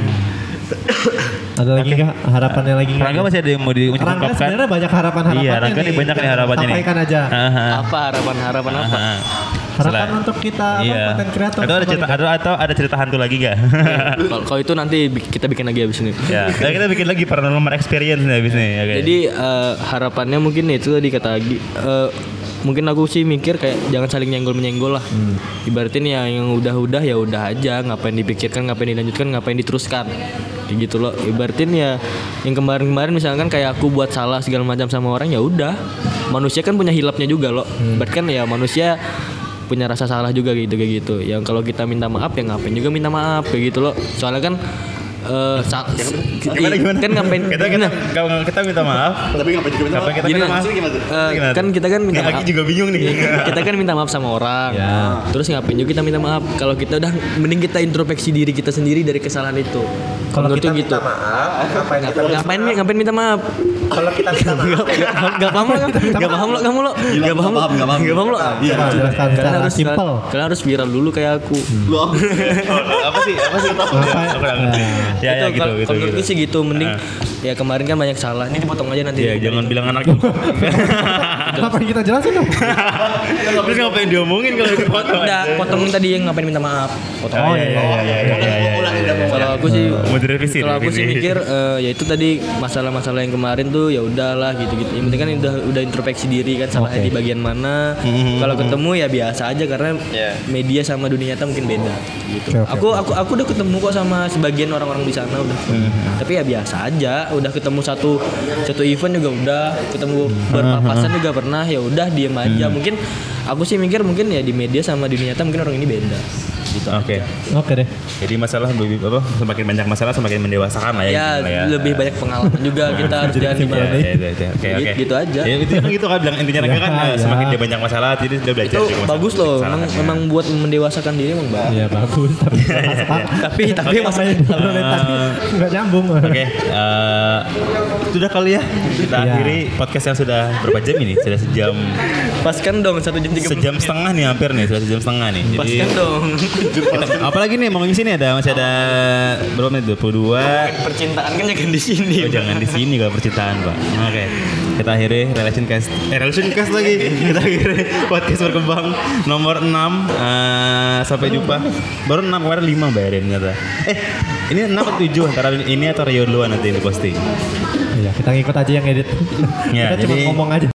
Ada lagi nggak harapannya lagi nggak? Rangga masih ada yang mau Rangga diucapkan? sebenarnya banyak harapan-harapannya. Iya, Rangga nih banyak nih harapannya nih. Sampaikan aja. Aha. Apa harapan-harapan apa? Aha. Harapan Selain- untuk kita apa, Iya. konten kreator. Atau ada apa cerita nih? atau, atau ada cerita hantu lagi gak? Kalau kalau itu nanti bi- kita bikin lagi abis ini. Ya, nah, kita bikin lagi paranormal experience nih abis nih. Oke. Jadi eh, harapannya mungkin itu tadi kata Agi, eh, mungkin aku sih mikir kayak jangan saling nyenggol menyenggol lah. Ibaratin ya yang udah-udah ya udah aja, ngapain dipikirkan, ngapain dilanjutkan, ngapain diteruskan. Kayak gitu loh. Ibaratin ya yang kemarin-kemarin misalkan kayak aku buat salah segala macam sama orang ya udah. Manusia kan punya hilapnya juga loh. Berarti kan ya manusia punya rasa salah juga gitu kayak gitu. Yang kalau kita minta maaf ya ngapain juga minta maaf kayak gitu loh. Soalnya kan eh sa- Gimana gimana? kan ngapain Kita kita kalau kita minta maaf. Tapi ngapain juga minta Ngapain kita Gini, minta maaf? eh, Gimana? kan kita kan minta Nih, Aki maaf. juga bingung nih. Kita kan minta maaf sama orang. Ya. Terus ngapain juga kita minta maaf? Kalau kita udah mending kita introspeksi diri kita sendiri dari kesalahan itu. Kalau Menurutku kita gitu. minta maaf, ngapain kita Ngapain, ngapain, ngapain minta maaf? Kalau kita minta maaf, Gak paham lo, gak paham lo, kamu lo, gak paham lo, paham, nggak paham. gak paham lo. Iya. coba jelaskan Kalian secara harus simpel. kalian harus viral dulu kayak aku. Oh, apa sih? Apa sih? Aku nggak ngerti. Ya ya Itu gitu kalau- gitu kalau menurutku gitu. sih gitu, mending ya kemarin kan banyak salah. Ini dipotong aja nanti. Ya jangan bilang anak juga. Ngapain kita jelasin dong? Terus ngapain diomongin kalau dipotong? Udah, potong tadi yang ngapain minta maaf. Potong. Oh iya iya iya iya iya, iya. Kalau aku sih Mau direvisi, kalau aku sih direvisi. mikir eh, ya itu tadi masalah-masalah yang kemarin tuh ya udahlah gitu-gitu. Yang penting kan udah udah introspeksi diri kan salahnya Oke. di bagian mana. Kalau ketemu ya biasa aja karena media sama dunia nyata mungkin beda gitu. Oke, oke, aku aku aku udah ketemu kok sama sebagian orang-orang di sana udah. Tapi ya biasa aja, udah ketemu satu satu event juga udah, ketemu berpapasan juga pernah, ya udah diem aja. Mungkin aku sih mikir mungkin ya di media sama di dunia nyata mungkin orang ini beda. Gitu Oke. aja. Oke deh. Jadi masalah lebih apa? Semakin banyak masalah semakin mendewasakan lah ya. Ya, gitu lah ya. lebih banyak pengalaman juga kita harus jalan Ya, gimana. ya, ya, ya. Oke oke. Gitu- gitu aja. Ya itu kan gitu kan bilang intinya mereka kan Ya, eh, ya. semakin dia banyak masalah jadi dia belajar Itu dari masalah- bagus loh, kesalahannya. memang, memang buat mendewasakan diri emang bagus. Iya bagus. Tapi Tapi tapi apa masalah yang diobrolin tadi nggak nyambung. Oke, eh, sudah kali ya kita Iya. akhiri podcast yang sudah berapa jam ini? Sudah sejam, paskan dong satu jam tiga puluh. sejam setengah nih hampir nih, sudah sejam setengah nih. Jadi Paskan dong. kita- apalagi nih mau ngisi nih ada masih ada berapa menit? dua puluh dua. Percintaan kan jangan di sini. Oh, jangan di sini kalau percintaan, Pak. Oke. Kita akhiri relation cast. Eh relation cast lagi. Kita akhiri podcast berkembang nomor enam. Uh, sampai jumpa. Baru enam, kemarin lima bayarin ternyata. Eh, ini enam atau tujuh antara ini atau Rio duluan nanti yang diposting. Iya, kita ngikut aja yang edit. Ya, kita cuma jadi- ngomong aja.